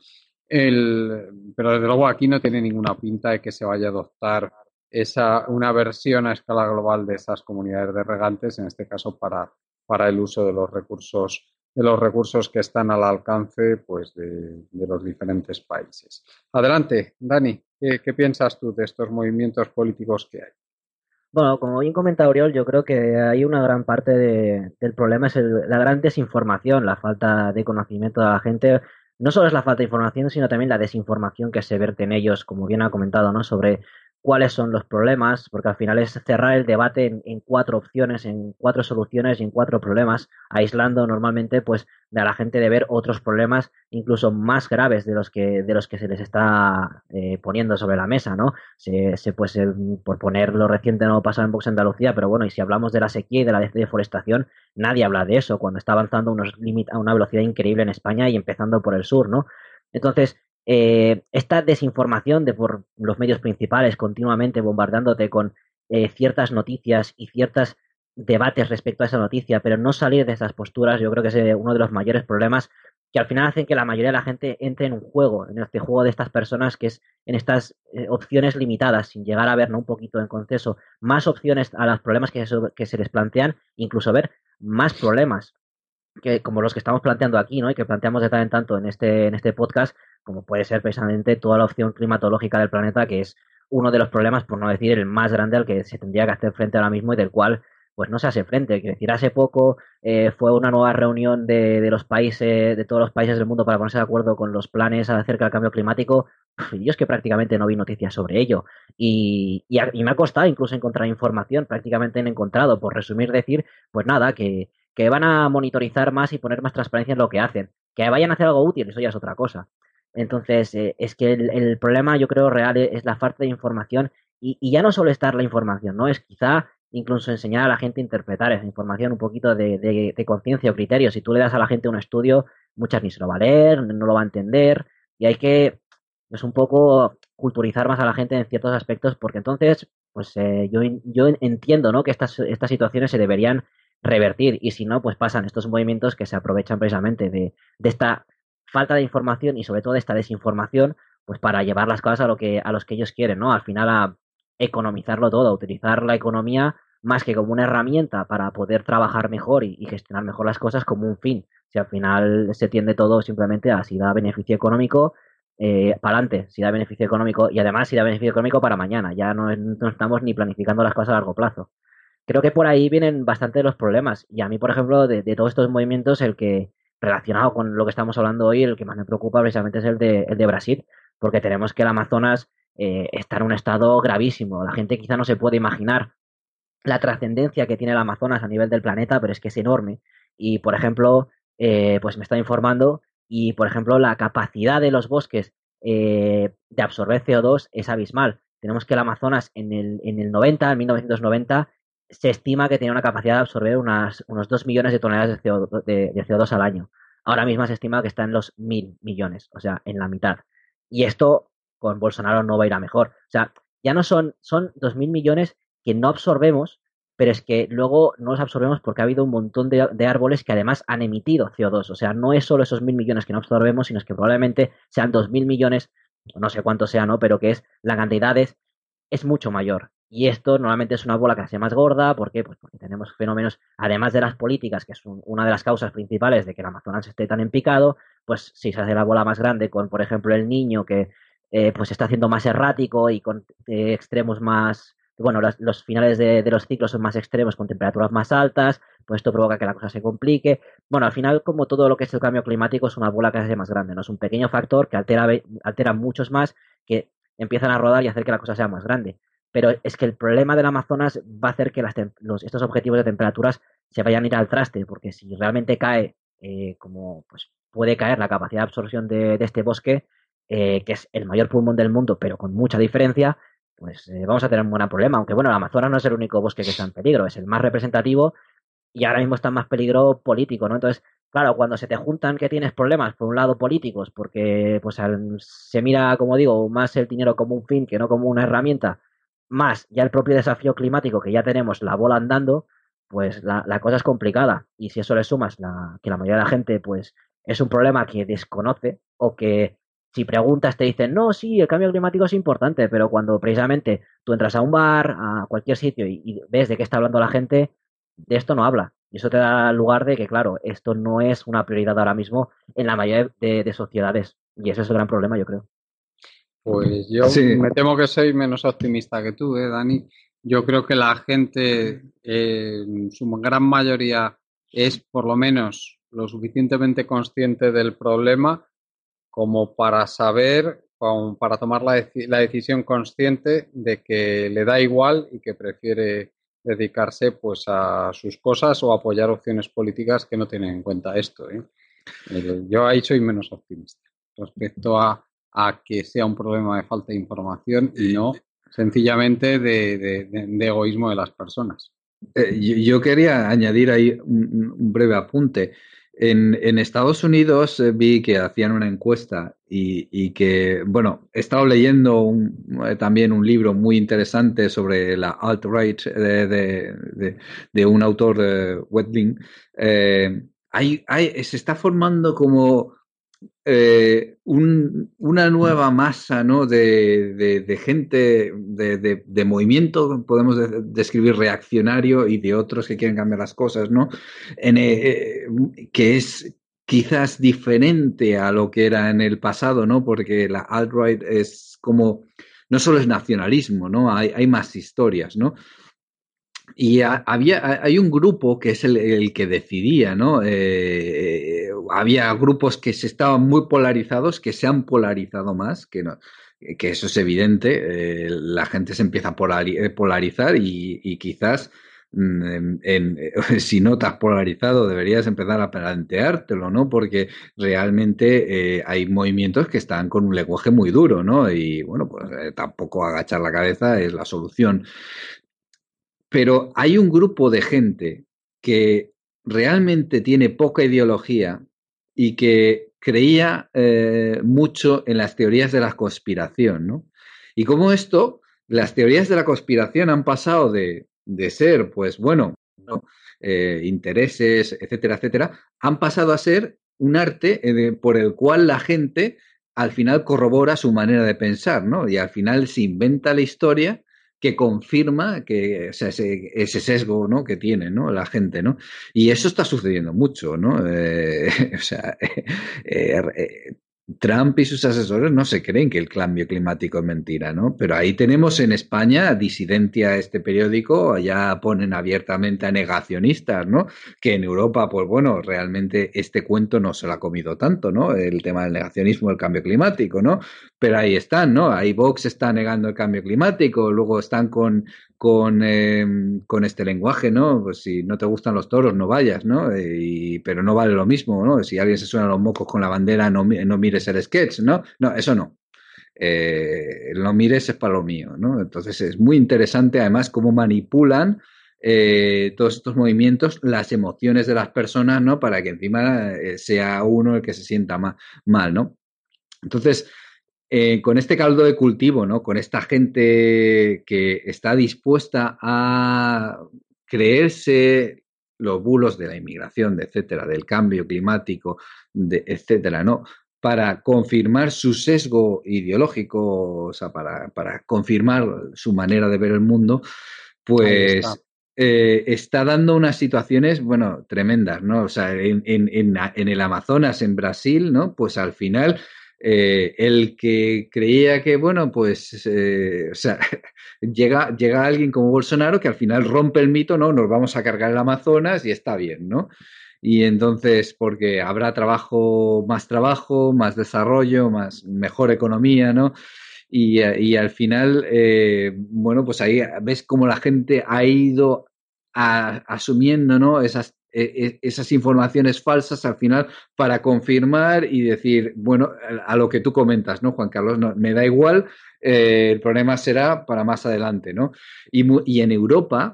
el, pero desde luego aquí no tiene ninguna pinta de que se vaya a adoptar esa, una versión a escala global de esas comunidades de regantes, en este caso para, para el uso de los recursos de los recursos que están al alcance pues de, de los diferentes países. Adelante, Dani, ¿qué, ¿qué piensas tú de estos movimientos políticos que hay? Bueno, como bien comenta Oriol, yo creo que hay una gran parte de, del problema es el, la gran desinformación, la falta de conocimiento de la gente. No solo es la falta de información, sino también la desinformación que se vierte en ellos, como bien ha comentado, ¿no? Sobre cuáles son los problemas, porque al final es cerrar el debate en, en cuatro opciones, en cuatro soluciones y en cuatro problemas, aislando normalmente pues de a la gente de ver otros problemas incluso más graves de los que de los que se les está eh, poniendo sobre la mesa, ¿no? Se, se pues eh, por poner lo reciente no pasado en Vox Andalucía, pero bueno, y si hablamos de la sequía y de la deforestación, nadie habla de eso cuando está avanzando unos a una velocidad increíble en España y empezando por el sur, ¿no? Entonces, eh, esta desinformación de por los medios principales continuamente bombardeándote con eh, ciertas noticias y ciertos debates respecto a esa noticia, pero no salir de esas posturas, yo creo que es eh, uno de los mayores problemas que al final hacen que la mayoría de la gente entre en un juego, en este juego de estas personas que es en estas eh, opciones limitadas, sin llegar a ver, ¿no? Un poquito en conceso, más opciones a los problemas que se, que se les plantean, incluso ver más problemas que como los que estamos planteando aquí, ¿no? Y que planteamos de tanto en tanto en este, en este podcast, como puede ser precisamente toda la opción climatológica del planeta, que es uno de los problemas, por no decir el más grande al que se tendría que hacer frente ahora mismo y del cual pues no se hace frente. Quiero decir, hace poco eh, fue una nueva reunión de, de los países, de todos los países del mundo para ponerse de acuerdo con los planes acerca del cambio climático. Uf, y yo es que prácticamente no vi noticias sobre ello. Y, y, a- y me ha costado incluso encontrar información, prácticamente no he encontrado. Por resumir, decir, pues nada, que, que van a monitorizar más y poner más transparencia en lo que hacen. Que vayan a hacer algo útil, eso ya es otra cosa. Entonces, eh, es que el, el problema, yo creo, real es, es la falta de información y, y ya no solo estar la información, ¿no? Es quizá incluso enseñar a la gente a interpretar esa información, un poquito de, de, de conciencia o criterio. Si tú le das a la gente un estudio, muchas ni se lo va a leer, no lo va a entender, y hay que, pues, un poco culturizar más a la gente en ciertos aspectos, porque entonces, pues eh, yo, yo entiendo, ¿no? Que estas, estas situaciones se deberían revertir, y si no, pues pasan estos movimientos que se aprovechan precisamente de, de esta falta de información y sobre todo de esta desinformación, pues para llevar las cosas a lo que a los que ellos quieren, ¿no? Al final a economizarlo todo, a utilizar la economía más que como una herramienta para poder trabajar mejor y, y gestionar mejor las cosas como un fin. Si al final se tiende todo simplemente a si da beneficio económico, eh, para adelante, si da beneficio económico y además si da beneficio económico para mañana, ya no, no estamos ni planificando las cosas a largo plazo. Creo que por ahí vienen bastante de los problemas. Y a mí, por ejemplo, de, de todos estos movimientos, el que, relacionado con lo que estamos hablando hoy, el que más me preocupa precisamente es el de, el de Brasil, porque tenemos que el Amazonas eh, está en un estado gravísimo. La gente quizá no se puede imaginar la trascendencia que tiene el Amazonas a nivel del planeta, pero es que es enorme. Y, por ejemplo, eh, pues me está informando y, por ejemplo, la capacidad de los bosques eh, de absorber C O dos es abismal. Tenemos que el Amazonas en el, en el noventa, en mil novecientos noventa, se estima que tenía una capacidad de absorber unas, unos dos millones de toneladas de, C O dos, de, de C O dos al año. Ahora mismo se estima que está en los mil millones, o sea, en la mitad. Y esto con Bolsonaro no va a ir a mejor. O sea, ya no son, son dos mil millones que no absorbemos, pero es que luego no los absorbemos porque ha habido un montón de, de árboles que además han emitido C O dos. O sea, no es solo esos mil millones que no absorbemos, sino es que probablemente sean dos mil millones, no sé cuánto sea, ¿no? Pero que es la cantidad es, es mucho mayor. Y esto normalmente es una bola que se hace más gorda. ¿Por qué? Pues porque tenemos fenómenos, además de las políticas, que es un, una de las causas principales de que el Amazonas esté tan en picado, pues si se hace la bola más grande con, por ejemplo, el niño que eh, pues está haciendo más errático y con eh, extremos más, bueno, los, los finales de, de, los ciclos son más extremos con temperaturas más altas, pues esto provoca que la cosa se complique. Bueno, al final, como todo lo que es el cambio climático, es una bola que se hace más grande, ¿no? Es un pequeño factor que altera, altera muchos más, que empiezan a rodar y hacer que la cosa sea más grande. Pero es que el problema del Amazonas va a hacer que las los, estos objetivos de temperaturas se vayan a ir al traste, porque si realmente cae, eh, como pues puede caer la capacidad de absorción de, de este bosque, eh, que es el mayor pulmón del mundo, pero con mucha diferencia, pues eh, vamos a tener un buen problema. Aunque bueno, el Amazonas no es el único bosque que está en peligro, es el más representativo y ahora mismo está en más peligro político, ¿no? Entonces, claro, cuando se te juntan que tienes problemas, por un lado políticos, porque pues al, se mira, como digo, más el dinero como un fin que no como una herramienta, más ya el propio desafío climático que ya tenemos la bola andando, pues la, la cosa es complicada. Y si eso le sumas la, que la mayoría de la gente, pues es un problema que desconoce o que si preguntas te dicen, no, sí, el cambio climático es importante, pero cuando precisamente tú entras a un bar, a cualquier sitio y, y ves de qué está hablando la gente, de esto no habla. Y eso te da lugar de que, claro, esto no es una prioridad ahora mismo en la mayoría de, de sociedades. Y ese es el gran problema, yo creo. Pues yo sí. Me temo que soy menos optimista que tú, ¿eh, Dani? Yo creo que la gente, eh, en su gran mayoría, es por lo menos lo suficientemente consciente del problema como para saber, como para tomar la, dec la decisión consciente de que le da igual y que prefiere dedicarse pues a sus cosas o apoyar opciones políticas que no tienen en cuenta esto, ¿eh? Eh, yo ahí soy menos optimista respecto a, a que sea un problema de falta de información y no sencillamente de, de, de, de egoísmo de las personas. Eh, yo, yo quería añadir ahí un, un breve apunte. En, en Estados Unidos eh, vi que hacían una encuesta y, y que, bueno, he estado leyendo un, eh, también un libro muy interesante sobre la alt-right de, de, de, de un autor, eh, Wetling. Eh, hay, hay, se está formando como eh, un, una nueva masa, ¿no? de, de, de gente, de, de, de movimiento, podemos de, describir reaccionario y de otros que quieren cambiar las cosas, ¿no? En, eh, que es quizás diferente a lo que era en el pasado, ¿no? Porque la alt-right es como, no solo es nacionalismo, ¿no? Hay, hay más historias, ¿no? Y a, había, hay un grupo que es el, el que decidía, ¿no? Eh, había grupos que se estaban muy polarizados, que se han polarizado más, que no, que eso es evidente. Eh, la gente se empieza a polari polarizar y, y quizás en, en, si no te has polarizado deberías empezar a planteártelo, ¿no? Porque realmente eh, hay movimientos que están con un lenguaje muy duro, ¿no? Y bueno, pues eh, tampoco agachar la cabeza es la solución. Pero hay un grupo de gente que realmente tiene poca ideología y que creía eh, mucho en las teorías de la conspiración, ¿no? Y como esto, las teorías de la conspiración han pasado de, de ser, pues bueno, ¿no? eh, intereses, etcétera, etcétera, han pasado a ser un arte eh, por el cual la gente al final corrobora su manera de pensar, ¿no? Y al final se inventa la historia que confirma que, o sea, ese, ese sesgo, ¿no? que tiene, ¿no? la gente, ¿no? Y eso está sucediendo mucho, ¿no? Eh, o sea, eh, eh, Trump y sus asesores no se creen que el cambio climático es mentira, ¿no? Pero ahí tenemos en España Disidencia, este periódico, allá ponen abiertamente a negacionistas, ¿no? Que en Europa, pues bueno, realmente este cuento no se lo ha comido tanto, ¿no? El tema del negacionismo del cambio climático, ¿no? Pero ahí están, ¿no? Ahí Vox está negando el cambio climático, luego están con, con, eh, con este lenguaje, ¿no? Pues si no te gustan los toros, no vayas, ¿no? Y, pero no vale lo mismo, ¿no? Si alguien se suena los mocos con la bandera, no, no mires el sketch, ¿no? No, eso no. Eh, no mires es para lo mío, ¿no? Entonces es muy interesante además cómo manipulan eh, todos estos movimientos, las emociones de las personas, ¿no? Para que encima eh, sea uno el que se sienta ma mal, ¿no? Entonces, eh, con este caldo de cultivo, ¿no? Con esta gente que está dispuesta a creerse los bulos de la inmigración, de etcétera, del cambio climático, de, etcétera, ¿no? Para confirmar su sesgo ideológico, o sea, para, para confirmar su manera de ver el mundo, Ahí está. pues eh, está dando unas situaciones, bueno, tremendas, ¿no? O sea, en, en, en, en el Amazonas, en Brasil, ¿no? Pues al final eh, el que creía que, bueno, pues, eh, o sea, llega, llega alguien como Bolsonaro que al final rompe el mito, ¿no? Nos vamos a cargar el Amazonas y está bien, ¿no? Y entonces, porque habrá trabajo, más trabajo, más desarrollo, más, mejor economía, ¿no? Y, y al final, eh, bueno, pues ahí ves cómo la gente ha ido a, asumiendo, ¿no? Esas eh, esas informaciones falsas al final para confirmar y decir, bueno, a lo que tú comentas, ¿no, Juan Carlos? No, me da igual, eh, el problema será para más adelante, ¿no? Y, y en Europa,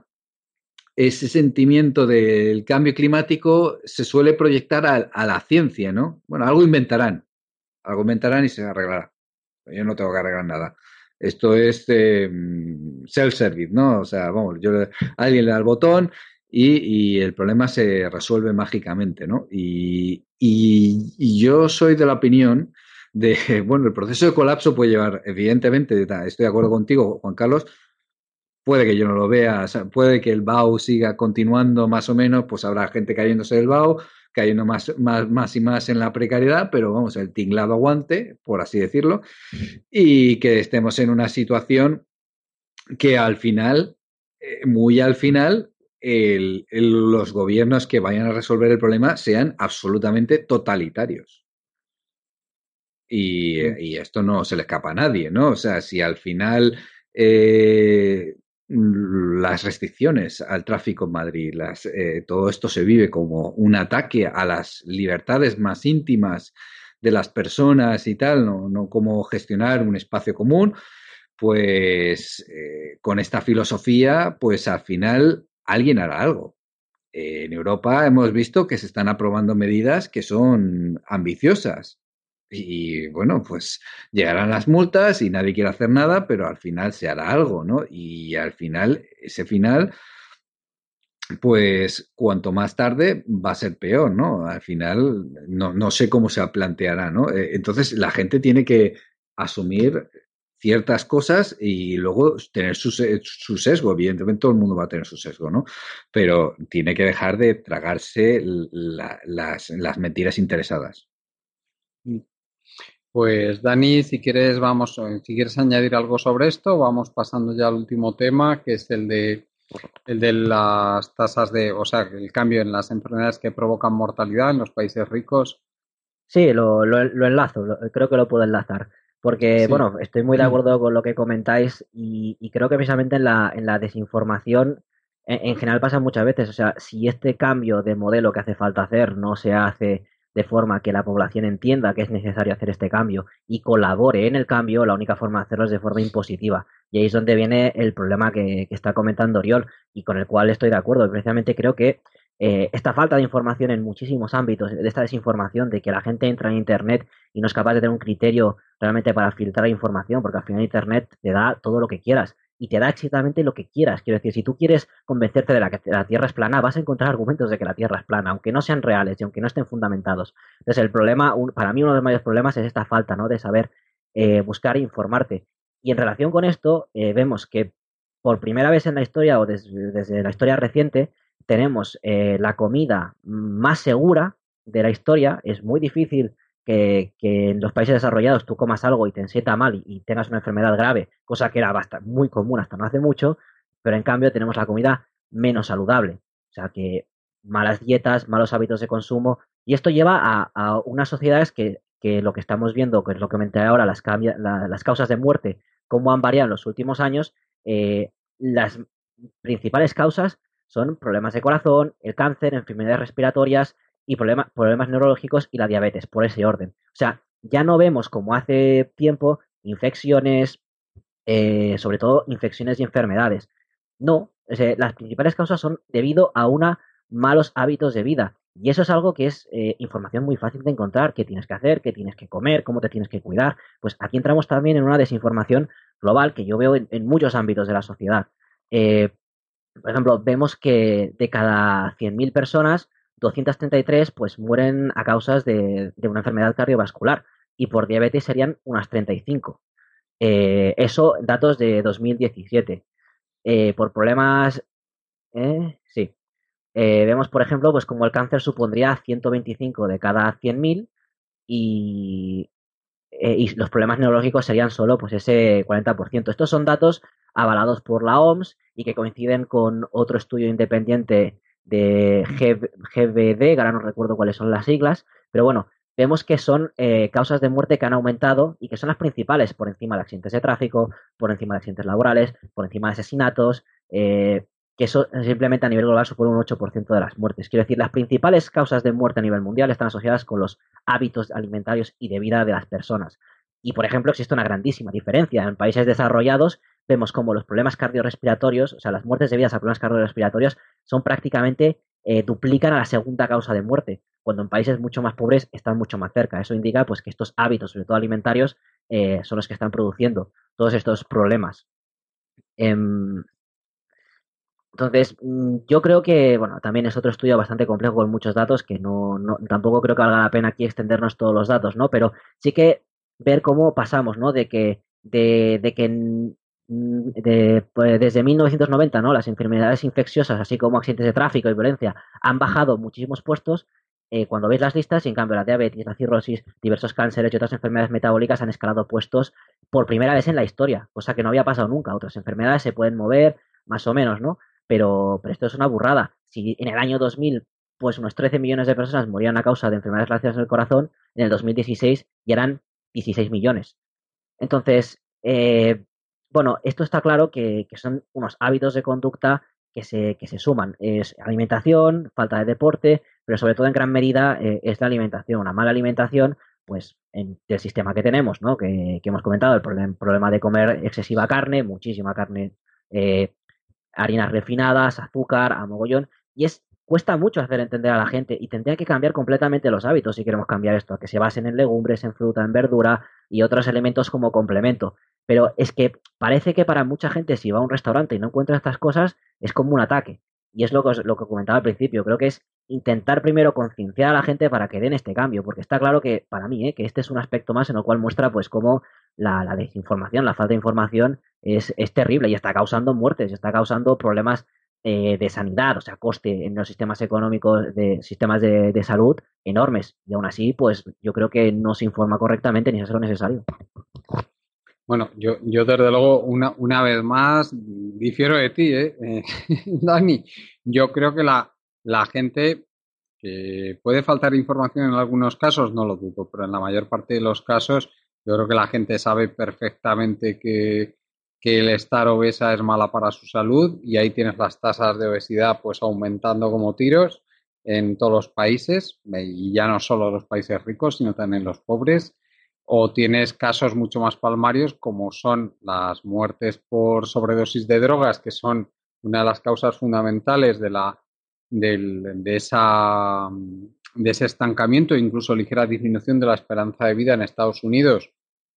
ese sentimiento del cambio climático se suele proyectar a, a la ciencia, ¿no? Bueno, algo inventarán, algo inventarán y se arreglará. Yo no tengo que arreglar nada. Esto es eh, self-service, ¿no? O sea, vamos, yo le, alguien le da el botón y, y, el problema se resuelve mágicamente, ¿no? Y, y, y yo soy de la opinión de, bueno, el proceso de colapso puede llevar, evidentemente, estoy de acuerdo contigo, Juan Carlos, puede que yo no lo vea, o sea, puede que el B A U siga continuando más o menos, pues habrá gente cayéndose del B A U, cayendo más, más, más y más en la precariedad, pero vamos, el tinglado aguante, por así decirlo, y que estemos en una situación que al final, eh, muy al final, el, el, los gobiernos que vayan a resolver el problema sean absolutamente totalitarios. Y, y, esto no se le escapa a nadie, ¿no? O sea, si al final eh, las restricciones al tráfico en Madrid, las, eh, todo esto se vive como un ataque a las libertades más íntimas de las personas y tal, no, no como gestionar un espacio común, pues eh, con esta filosofía, pues al final alguien hará algo. Eh, en Europa hemos visto que se están aprobando medidas que son ambiciosas. Y bueno, pues llegarán las multas y nadie quiere hacer nada, pero al final se hará algo, ¿no? Y al final, ese final, pues cuanto más tarde va a ser peor, ¿no? Al final, no, no sé cómo se planteará, ¿no? Entonces, la gente tiene que asumir ciertas cosas y luego tener su, su sesgo. Evidentemente, todo el mundo va a tener su sesgo, ¿no? Pero tiene que dejar de tragarse la, las, las mentiras interesadas. Pues Dani, si quieres, vamos, si quieres añadir algo sobre esto, vamos pasando ya al último tema, que es el de El de las tasas de, o sea, el cambio en las enfermedades que provocan mortalidad en los países ricos. Sí, lo, lo, lo enlazo, lo- creo que lo puedo enlazar. Porque, Sí. bueno, estoy muy de acuerdo con lo que comentáis y, y creo que precisamente en la, en la desinformación en, en general pasa muchas veces. O sea, si este cambio de modelo que hace falta hacer no se hace de forma que la población entienda que es necesario hacer este cambio y colabore en el cambio, la única forma de hacerlo es de forma impositiva. Y ahí es donde viene el problema que, que está comentando Oriol y con el cual estoy de acuerdo. Precisamente creo que eh, esta falta de información en muchísimos ámbitos, de esta desinformación, de que la gente entra en Internet y no es capaz de tener un criterio realmente para filtrar información, porque al final Internet te da todo lo que quieras y te da exactamente lo que quieras. Quiero decir, si tú quieres convencerte de la que la Tierra es plana, vas a encontrar argumentos de que la Tierra es plana, aunque no sean reales y aunque no estén fundamentados. Entonces, el problema, un, para mí uno de los mayores problemas es esta falta, ¿no?, de saber eh, buscar e informarte. Y en relación con esto, eh, vemos que por primera vez en la historia o des, desde la historia reciente, tenemos eh, la comida más segura de la historia. Es muy difícil que, que, en los países desarrollados tú comas algo y te sienta mal y, y tengas una enfermedad grave, cosa que era bastante, muy común hasta no hace mucho, pero en cambio tenemos la comida menos saludable. O sea que malas dietas, malos hábitos de consumo, y esto lleva a, a unas sociedades que, que, lo que estamos viendo, que es lo que comenté ahora, las, cambia, la, las causas de muerte, cómo han variado en los últimos años, eh, las principales causas son problemas de corazón, el cáncer, enfermedades respiratorias y problema, problemas neurológicos y la diabetes, por ese orden. O sea, ya no vemos como hace tiempo infecciones, eh, sobre todo infecciones y enfermedades. No, o sea, las principales causas son debido a una malos hábitos de vida. Y eso es algo que es eh, información muy fácil de encontrar, qué tienes que hacer, qué tienes que comer, cómo te tienes que cuidar. Pues aquí entramos también en una desinformación global que yo veo en, en muchos ámbitos de la sociedad. Eh, por ejemplo, vemos que de cada cien mil personas, doscientas treinta y tres pues mueren a causas de, de una enfermedad cardiovascular y por diabetes serían unas treinta y cinco. Eh, eso, datos de dos mil diecisiete. Eh, por problemas, eh, sí. Eh, vemos, por ejemplo, pues como el cáncer supondría ciento veinticinco de cada cien mil y, eh, y los problemas neurológicos serían solo pues ese cuarenta por ciento. Estos son datos avalados por la O M S y que coinciden con otro estudio independiente de G B D, que ahora no recuerdo cuáles son las siglas, pero bueno, vemos que son eh, causas de muerte que han aumentado y que son las principales por encima de accidentes de tráfico, por encima de accidentes laborales, por encima de asesinatos, eh, que eso simplemente a nivel global supone un ocho por ciento de las muertes. Quiero decir, las principales causas de muerte a nivel mundial están asociadas con los hábitos alimentarios y de vida de las personas. Y, por ejemplo, existe una grandísima diferencia. En países desarrollados vemos como los problemas cardiorrespiratorios, o sea, las muertes debidas a problemas cardiorrespiratorios, son prácticamente, eh, duplican a la segunda causa de muerte, cuando en países mucho más pobres están mucho más cerca. Eso indica pues que estos hábitos, sobre todo alimentarios, eh, son los que están produciendo todos estos problemas. Eh, entonces, mm, yo creo que, bueno, también es otro estudio bastante complejo con muchos datos que no, no, tampoco creo que valga la pena aquí extendernos todos los datos, ¿no? Pero sí que ver cómo pasamos, ¿no? De que, de, de que mm, de, pues, desde mil novecientos noventa, ¿no? Las enfermedades infecciosas, así como accidentes de tráfico y violencia, han bajado muchísimos puestos. Eh, cuando veis las listas, y en cambio la diabetes, la cirrosis, diversos cánceres y otras enfermedades metabólicas han escalado puestos por primera vez en la historia, cosa que no había pasado nunca. Otras enfermedades se pueden mover más o menos, ¿no? Pero, pero esto es una burrada. Si en el año dos mil, pues unos trece millones de personas morían a causa de enfermedades relacionadas al corazón, en el dos mil dieciséis ya eran dieciséis millones. Entonces, eh, bueno, esto está claro que, que, son unos hábitos de conducta que se, que se suman. Es alimentación, falta de deporte, pero sobre todo en gran medida eh, es la alimentación. Una mala alimentación, pues en el sistema que tenemos, ¿no? Que, que hemos comentado, el problem, problema de comer excesiva carne, muchísima carne, eh, harinas refinadas, azúcar, a mogollón, y es cuesta mucho hacer entender a la gente y tendría que cambiar completamente los hábitos si queremos cambiar esto, a que se basen en legumbres, en fruta, en verdura y otros elementos como complemento. Pero es que parece que para mucha gente si va a un restaurante y no encuentra estas cosas es como un ataque. Y es lo que, os, lo que comentaba al principio, creo que es intentar primero concienciar a la gente para que den este cambio, porque está claro que para mí, ¿eh? que este es un aspecto más en el cual muestra pues cómo la, la desinformación, la falta de información es, es terrible y está causando muertes, está causando problemas eh, de sanidad, o sea, coste en los sistemas económicos, de sistemas de, de salud enormes. Y aún así, pues yo creo que no se informa correctamente ni es lo necesario. Bueno, yo, yo desde luego, una, una vez más, difiero de ti, ¿eh? Eh, Dani, yo creo que la, la gente que puede faltar información en algunos casos, no lo dudo, pero en la mayor parte de los casos, yo creo que la gente sabe perfectamente que, que el estar obesa es mala para su salud y ahí tienes las tasas de obesidad pues aumentando como tiros en todos los países y ya no solo los países ricos, sino también los pobres. O tienes casos mucho más palmarios como son las muertes por sobredosis de drogas, que son una de las causas fundamentales de la del, de esa de ese estancamiento e incluso ligera disminución de la esperanza de vida en Estados Unidos,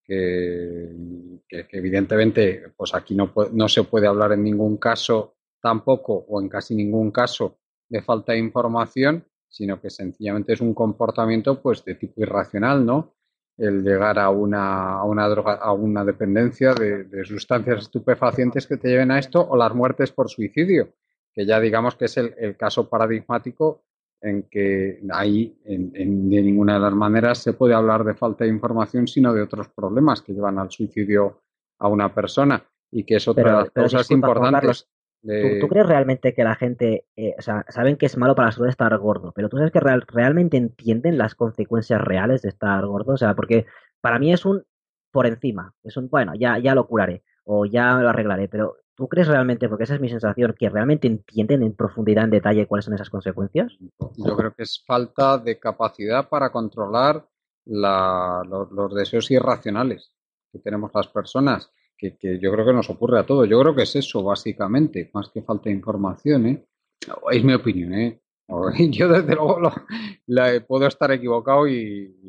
que, que, que evidentemente pues aquí no, no se puede hablar en ningún caso tampoco o en casi ningún caso de falta de información, sino que sencillamente es un comportamiento pues de tipo irracional, ¿no? El llegar a una, a una droga, a una dependencia de, de sustancias estupefacientes que te lleven a esto, o las muertes por suicidio, que ya digamos que es el, el caso paradigmático en que ahí en, en, de ninguna de las maneras se puede hablar de falta de información, sino de otros problemas que llevan al suicidio a una persona y que es otra de Pero, las pero causas disculpa, Juan importantes Carlos, ¿tú, tú de... crees realmente que la gente, eh, o sea, saben que es malo para la salud estar gordo, pero tú sabes que real- realmente entienden las consecuencias reales de estar gordo? O sea, porque para mí es un por encima, es un, bueno, ya, ya lo curaré o ya lo arreglaré, pero ¿tú crees realmente, porque esa es mi sensación, que realmente entienden en profundidad, en detalle cuáles son esas consecuencias? Yo creo que es falta de capacidad para controlar la, los, los, deseos irracionales que tenemos las personas, que, que, yo creo que nos ocurre a todos. Yo creo que es eso, básicamente, más que falta de información, ¿eh? Es mi opinión, ¿eh? Yo, desde luego, lo, la, puedo estar equivocado y,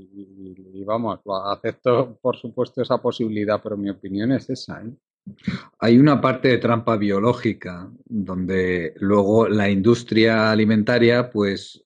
y, y, vamos, acepto, por supuesto, esa posibilidad, pero mi opinión es esa, ¿eh? Hay una parte de trampa biológica donde luego la industria alimentaria pues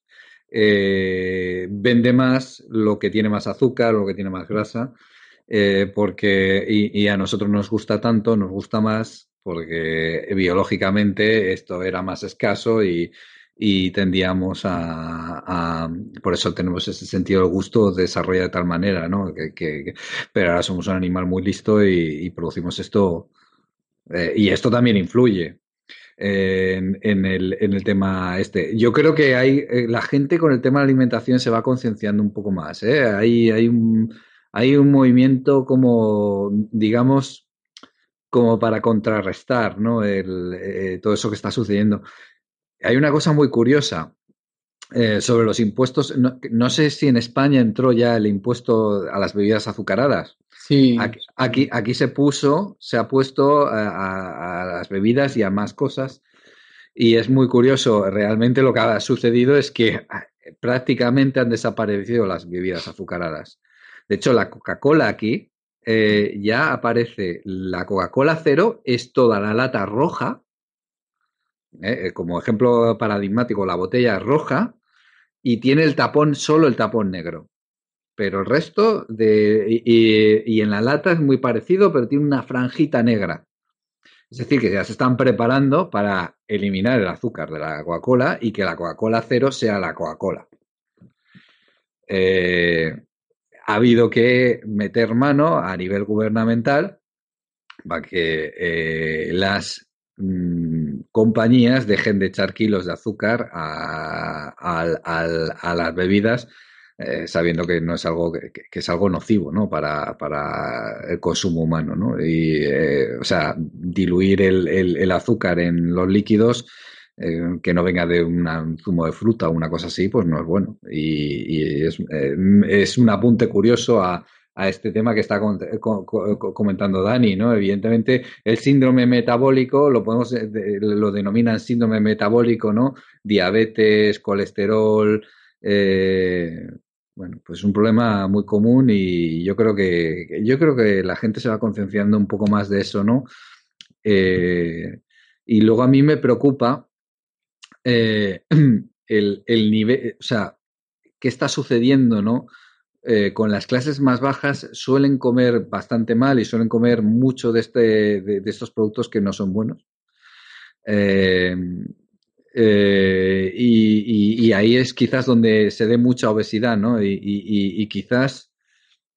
eh, vende más lo que tiene más azúcar, lo que tiene más grasa, eh, porque y, y a nosotros nos gusta tanto, nos gusta más porque biológicamente esto era más escaso y, y tendíamos a, a, por eso tenemos ese sentido del gusto desarrollado de tal manera, ¿no? Que, que, pero ahora somos un animal muy listo y, y producimos esto. Eh, y esto también influye eh, en, en, el, en el tema este. Yo creo que hay eh, la gente con el tema de la alimentación se va concienciando un poco más. ¿eh? Hay, hay, un, hay un movimiento como, digamos, como para contrarrestar, ¿no? El, eh, todo eso que está sucediendo. Hay una cosa muy curiosa. Eh, sobre los impuestos, no, no sé si en España entró ya el impuesto a las bebidas azucaradas. Sí, Aquí, aquí, aquí se puso, se ha puesto a, a, a las bebidas y a más cosas. Y es muy curioso, realmente lo que ha sucedido es que prácticamente han desaparecido las bebidas azucaradas. De hecho, la Coca-Cola aquí eh, ya aparece, la Coca-Cola cero es toda la lata roja, eh, como ejemplo paradigmático, la botella roja y tiene el tapón, solo el tapón negro. Pero el resto de. Y, y en la lata es muy parecido, pero tiene una franjita negra. Es decir, que ya se están preparando para eliminar el azúcar de la Coca-Cola y que la Coca-Cola cero sea la Coca-Cola. Eh, ha habido que meter mano a nivel gubernamental para que eh, las mmm, compañías dejen de echar kilos de azúcar a, a, a, a las bebidas, eh, sabiendo que no es algo que, que es algo nocivo, ¿no? Para, para el consumo humano, ¿no? Y, eh, o sea, diluir el, el, el azúcar en los líquidos, eh, que no venga de una, un zumo de fruta o una cosa así, pues no es bueno. Y, y es, eh, es un apunte curioso a a este tema que está con, con, con, comentando Dani, ¿no? Evidentemente, el síndrome metabólico lo podemos, lo denominan síndrome metabólico, ¿no? Diabetes, colesterol, eh, bueno, pues es un problema muy común y yo creo que yo creo que la gente se va concienciando un poco más de eso, ¿no? Eh, y luego a mí me preocupa eh, el, el nivel, o sea, qué está sucediendo, ¿no? Eh, con las clases más bajas suelen comer bastante mal y suelen comer mucho de, este, de, de estos productos que no son buenos. Eh, eh, y, y, y, ahí es quizás donde se dé mucha obesidad, ¿no? Y, y, y quizás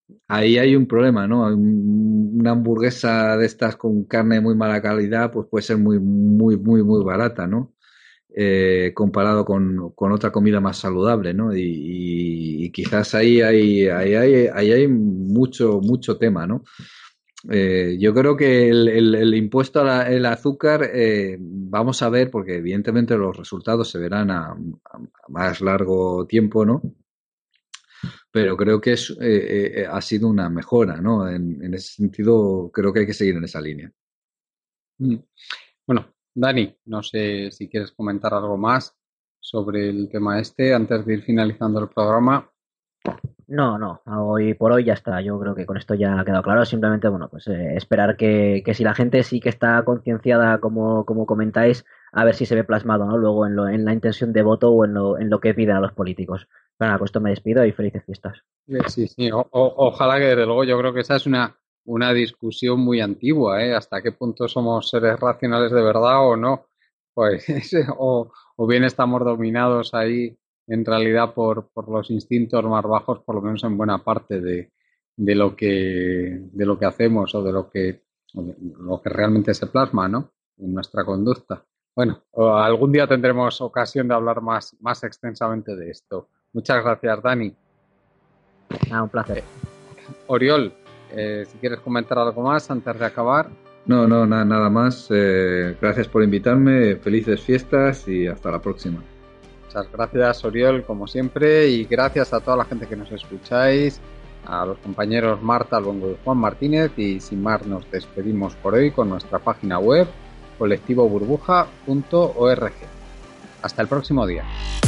ahí hay un problema, ¿no? Una hamburguesa de estas con carne muy mala calidad, pues puede ser muy, muy, muy, muy barata, ¿no? Eh, comparado con, con otra comida más saludable, ¿no? Y, y, y quizás ahí hay, ahí hay, ahí hay mucho, mucho tema, ¿no? Eh, yo creo que el, el, el impuesto al azúcar, eh, vamos a ver, porque evidentemente los resultados se verán a, a, a más largo tiempo, ¿no? Pero creo que es, eh, eh, ha sido una mejora, ¿no? En, en ese sentido, creo que hay que seguir en esa línea. Bueno, Dani, no sé si quieres comentar algo más sobre el tema este antes de ir finalizando el programa. No, no, hoy por hoy ya está. Yo creo que con esto ya ha quedado claro. Simplemente, bueno, pues eh, esperar que, que si la gente sí que está concienciada, como, como comentáis, a ver si se ve plasmado, ¿no? Luego en, lo, en la intención de voto o en lo, en lo que piden a los políticos. Pero nada, con esto me despido y felices fiestas. Sí, sí, o, o, ojalá que desde luego yo creo que esa es una, una discusión muy antigua, ¿eh? Hasta qué punto somos seres racionales de verdad o no. Pues, o, o bien estamos dominados ahí en realidad por, por los instintos más bajos, por lo menos en buena parte de, de lo que de lo que hacemos o de lo que o de lo que realmente se plasma, ¿no? En nuestra conducta. Bueno, algún día tendremos ocasión de hablar más, más extensamente de esto. Muchas gracias, Dani. Ah, un placer. Eh, Oriol, eh, si quieres comentar algo más antes de acabar. No, no, na, nada más. Eh, gracias por invitarme. Felices fiestas y hasta la próxima. Muchas gracias, Oriol, como siempre, y gracias a toda la gente que nos escucháis, a los compañeros Marta Albongo y Juan Martínez, y sin más nos despedimos por hoy con nuestra página web colectivo burbuja punto org. Hasta el próximo día.